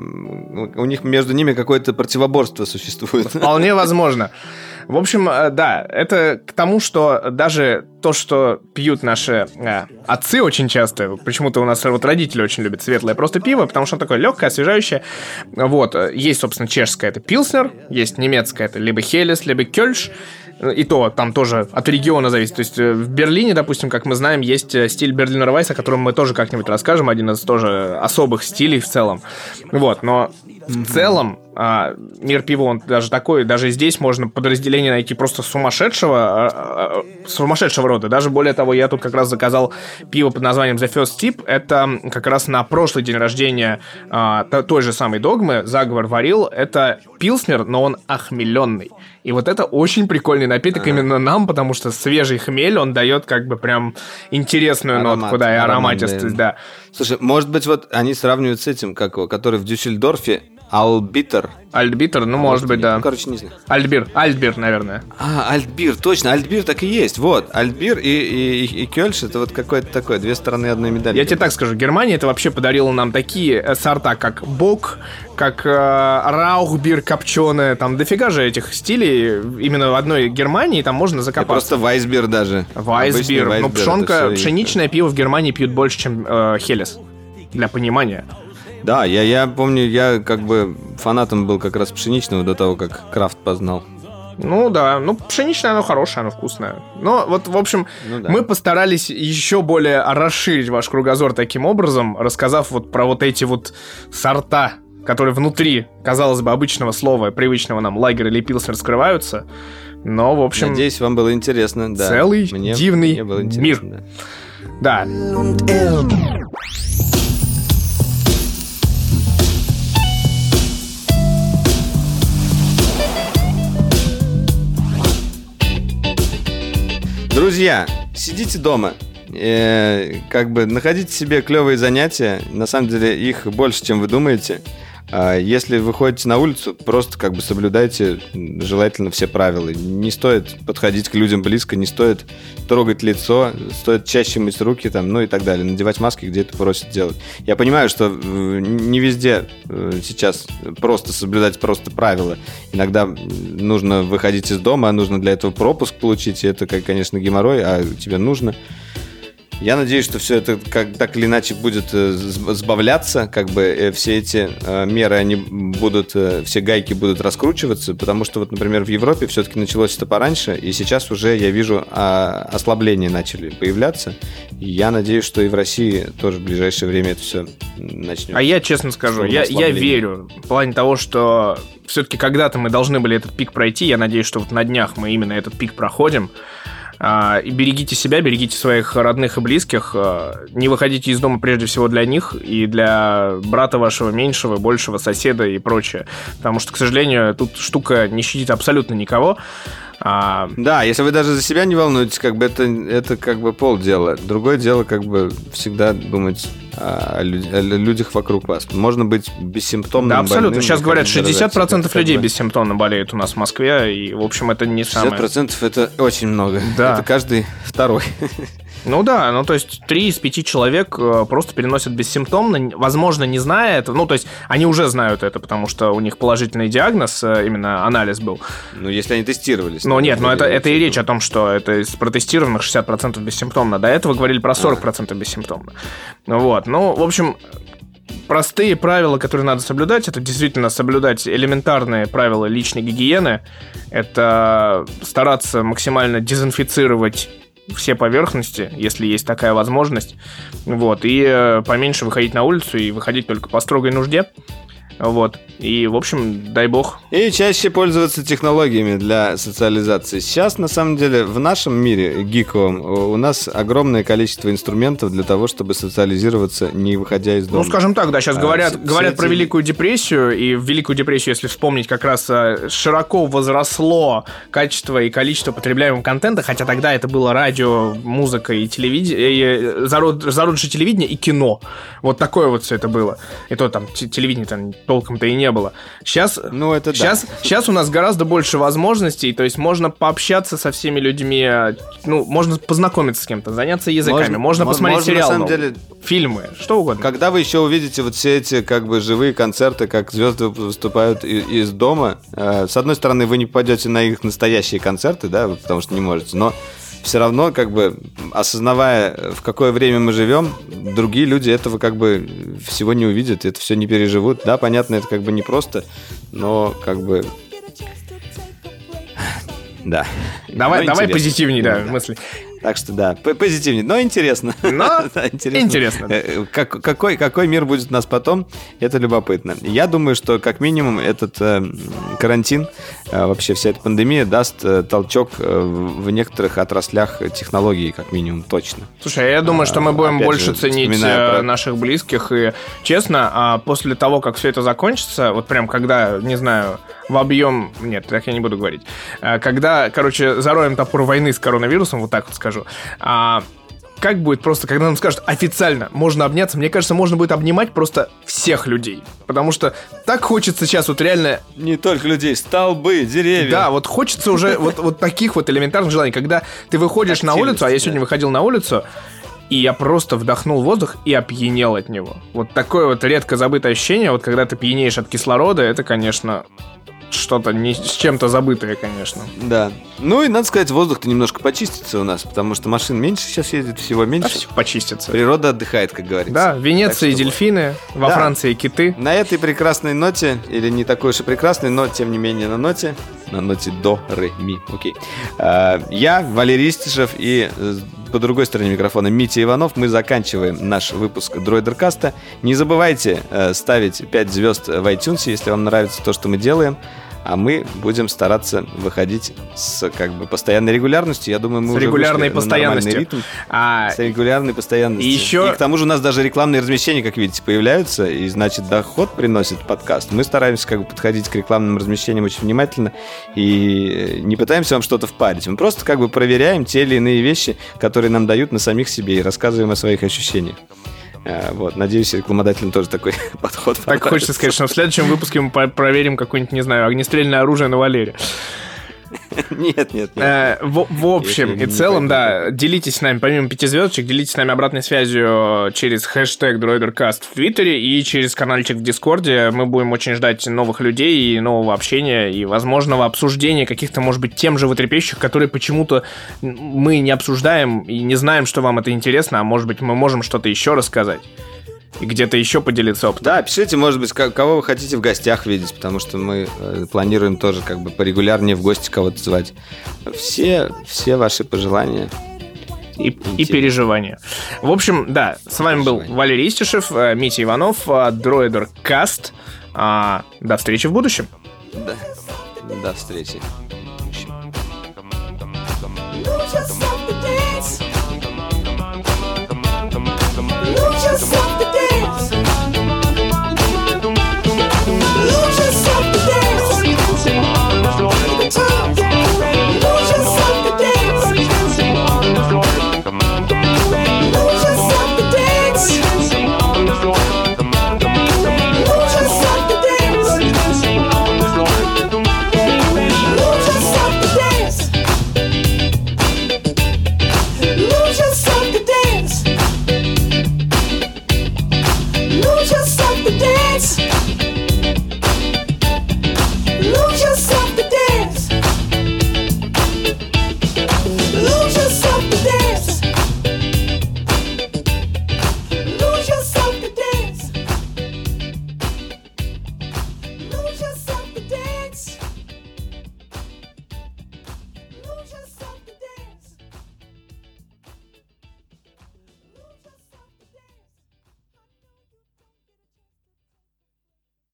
У них между ними какое-то противоборство существует. Вполне возможно. В общем, да, это к тому, что даже то, что пьют наши э, отцы очень часто, почему-то у нас вот родители очень любят светлое просто пиво, потому что оно такое легкое, освежающее. Вот, есть, собственно, чешское, это пилснер, есть немецкое, это либо хелес, либо кёльш. И то там тоже от региона зависит. То есть в Берлине, допустим, как мы знаем, есть стиль Берлинер Вайс, о котором мы тоже как-нибудь расскажем, один из тоже особых стилей в целом. Вот, но в целом а, мир пива, он даже такой, даже здесь можно подразделение найти просто сумасшедшего, а, а, сумасшедшего рода. Даже более того, я тут как раз заказал пиво под названием The First Tip. Это как раз на прошлый день рождения а, той же самой Догмы Заговор варил. Это пилснер, но он охмеленный. И вот это очень прикольный напиток А-а-а. именно нам, потому что свежий хмель, он дает как бы прям интересную Аромат, нотку, да, и ароматистость, да. Слушай, может быть, вот они сравнивают с этим, как его, который в Дюссельдорфе, Альтбитер. Альтбитер, ну, может быть, да. Ну, короче, не знаю. Альтбир, Альтбир, наверное. А, Альтбир, точно, Альтбир так и есть, вот. Альтбир и, и, и, и Кёльш, это вот какое-то такое, две стороны одной медали. Я тебе так скажу, Германия это вообще подарила нам такие сорта, как Бок, как э, Раухбир копченое, там дофига же этих стилей, именно в одной Германии там можно закопаться. И просто Вайсбир даже. Вайсбир, ну, пшенка, пшеничное пиво в Германии пьют больше, чем э, Хелес, для понимания. Да, я, я помню, я как бы фанатом был как раз пшеничного до того, как крафт познал. Ну да, ну пшеничное оно хорошее, оно вкусное. Но вот, в общем, ну, да. мы постарались еще более расширить ваш кругозор таким образом, рассказав вот про вот эти вот сорта, которые внутри, казалось бы, обычного слова, привычного нам лагеря или пилснер скрываются. Но, в общем... Надеюсь, вам было интересно, да. Целый мне, дивный мне было мир. Да. да. Друзья, сидите дома, э, как бы находите себе клевые занятия. На самом деле их больше, чем вы думаете. А если вы ходите на улицу, просто как бы соблюдайте желательно все правила. Не стоит подходить к людям близко, не стоит трогать лицо, стоит чаще мыть руки, там, ну и так далее. Надевать маски, где это просят делать. Я понимаю, что не везде сейчас просто соблюдать просто правила. Иногда нужно выходить из дома, нужно для этого пропуск получить, и это, конечно, геморрой, а тебе нужно. Я надеюсь, что все это как, так или иначе будет э, сбавляться, как бы э, все эти э, меры, они будут, э, все гайки будут раскручиваться, потому что вот, например, в Европе все-таки началось это пораньше, и сейчас уже я вижу а, ослабления начали появляться, и я надеюсь, что и в России тоже в ближайшее время это все начнется. А я честно скажу, я, я верю в плане того, что все-таки когда-то мы должны были этот пик пройти, я надеюсь, что вот на днях мы именно этот пик проходим. И берегите себя, берегите своих родных и близких. Не выходите из дома прежде всего для них и для брата вашего меньшего, большего, соседа и прочее. Потому что, к сожалению, тут штука не щадит абсолютно никого. А... Да, если вы даже за себя не волнуетесь, как бы это, это как бы полдела. Другое дело, как бы всегда думать о, люд... о людях вокруг вас. Можно быть бессимптомным. Да, абсолютно. Больным, сейчас говорят, шестьдесят процентов себя, людей бы... бессимптомно болеют у нас в Москве, и, в общем, это не самое... шестьдесят процентов это очень много. Да. Это каждый второй. Ну да, ну то есть три из пяти человек просто переносят бессимптомно, возможно, не зная это. Ну то есть они уже знают это, потому что у них положительный диагноз, именно анализ был. Ну если они тестировались. Ну нет, но это, это и речь о том, что это из протестированных шестьдесят процентов бессимптомно. До этого говорили про сорок процентов бессимптомно. Вот, ну в общем... Простые правила, которые надо соблюдать, это действительно соблюдать элементарные правила личной гигиены. Это стараться максимально дезинфицировать все поверхности, если есть такая возможность. Вот, и поменьше выходить на улицу и выходить только по строгой нужде. Вот. И, в общем, дай бог. И чаще пользоваться технологиями для социализации. Сейчас, на самом деле, в нашем мире гиковом у нас огромное количество инструментов для того, чтобы социализироваться, не выходя из дома. Ну, скажем так, да, сейчас а, говорят, все, говорят все про эти... Великую депрессию, и в Великую депрессию, если вспомнить, как раз широко возросло качество и количество потребляемого контента, хотя тогда это было радио, музыка и телевидение, зарод, зародыши телевидения и кино. Вот такое вот все это было. И то там телевидение там толком-то и не было. Сейчас, ну, это сейчас, да. сейчас у нас гораздо больше возможностей, то есть можно пообщаться со всеми людьми, ну, можно познакомиться с кем-то, заняться языками, можно, можно посмотреть можно, сериал, на самом деле, фильмы, что угодно. Когда вы еще увидите вот все эти как бы живые концерты, как звезды выступают из, из дома, э, с одной стороны, вы не попадете на их настоящие концерты, да, потому что не можете, но все равно, как бы, осознавая, в какое время мы живем, другие люди этого, как бы, всего не увидят, это все не переживут. Да, понятно, это, как бы, непросто, но, как бы... Да. Давай, но давай позитивней, да, да, мысли. Так что, да, позитивнее, но интересно. Но да, интересно. интересно. Как, какой, какой мир будет у нас потом, это любопытно. Я думаю, что как минимум этот э, карантин, э, вообще вся эта пандемия даст э, толчок э, в некоторых отраслях технологий, как минимум, точно. Слушай, я думаю, что мы будем Опять больше же, ценить про... наших близких. И, честно, после того, как все это закончится, вот прям когда, не знаю, в объем... Нет, так я не буду говорить. Когда, короче, зароем топор войны с коронавирусом, вот так вот скажу, а как будет просто, когда нам скажут официально можно обняться, мне кажется, можно будет обнимать просто всех людей. Потому что так хочется сейчас вот реально... Не только людей, столбы, деревья. Да, вот хочется уже вот, вот таких вот элементарных желаний. Когда ты выходишь на улицу, а я сегодня выходил на улицу, и я просто вдохнул воздух и опьянел от него. Вот такое вот редко забытое ощущение, вот когда ты пьянеешь от кислорода, это, конечно... что-то не с чем-то забытое, конечно. Да. Ну и, надо сказать, воздух-то немножко почистится у нас, потому что машин меньше сейчас ездит, всего меньше. А все почистится. Природа отдыхает, как говорится. Да, в Венеции что... дельфины, во да. Франции киты. На этой прекрасной ноте, или не такой уж и прекрасной, но тем не менее на ноте, на ноте до, ре, ми, окей. А, я, Валерий Истишев, и по другой стороне микрофона Митя Иванов. Мы заканчиваем наш выпуск Дроидеркаста. Не забывайте э, ставить пять звезд в iTunes, если вам нравится то, что мы делаем. А мы будем стараться выходить с как бы постоянной регулярностью. Я думаю, мы с уже регулярной вышли на нормальный ритм. А... С регулярной постоянностью. И, еще... и к тому же у нас даже рекламные размещения, как видите, появляются. И, значит, доход приносит подкаст. Мы стараемся как бы подходить к рекламным размещениям очень внимательно. И не пытаемся вам что-то впарить. Мы просто как бы проверяем те или иные вещи, которые нам дают на самих себе. И рассказываем о своих ощущениях. Вот, надеюсь, рекламодателям тоже такой подход понравится. Так хочется сказать, что в следующем выпуске мы проверим какое-нибудь, не знаю, огнестрельное оружие на Валере. Нет, нет, нет. Э, в, в общем и целом, да, делитесь с нами, помимо пяти звездочек, делитесь с нами обратной связью через хэштег DroiderCast в Твиттере и через каналчик в Дискорде. Мы будем очень ждать новых людей и нового общения, и возможного обсуждения каких-то, может быть, тем же животрепещущих, которые почему-то мы не обсуждаем и не знаем, что вам это интересно, а может быть, мы можем что-то еще рассказать. И где-то еще поделиться опытом. Да, пишите, может быть, кого вы хотите в гостях видеть, потому что мы э, планируем тоже как бы порегулярнее в гости кого-то звать. Все, все ваши пожелания. И, и переживания. В общем, да, с вами был Валерий Истишев, Митя Иванов, DroiderCast. До встречи в будущем. Да, до встречи. Just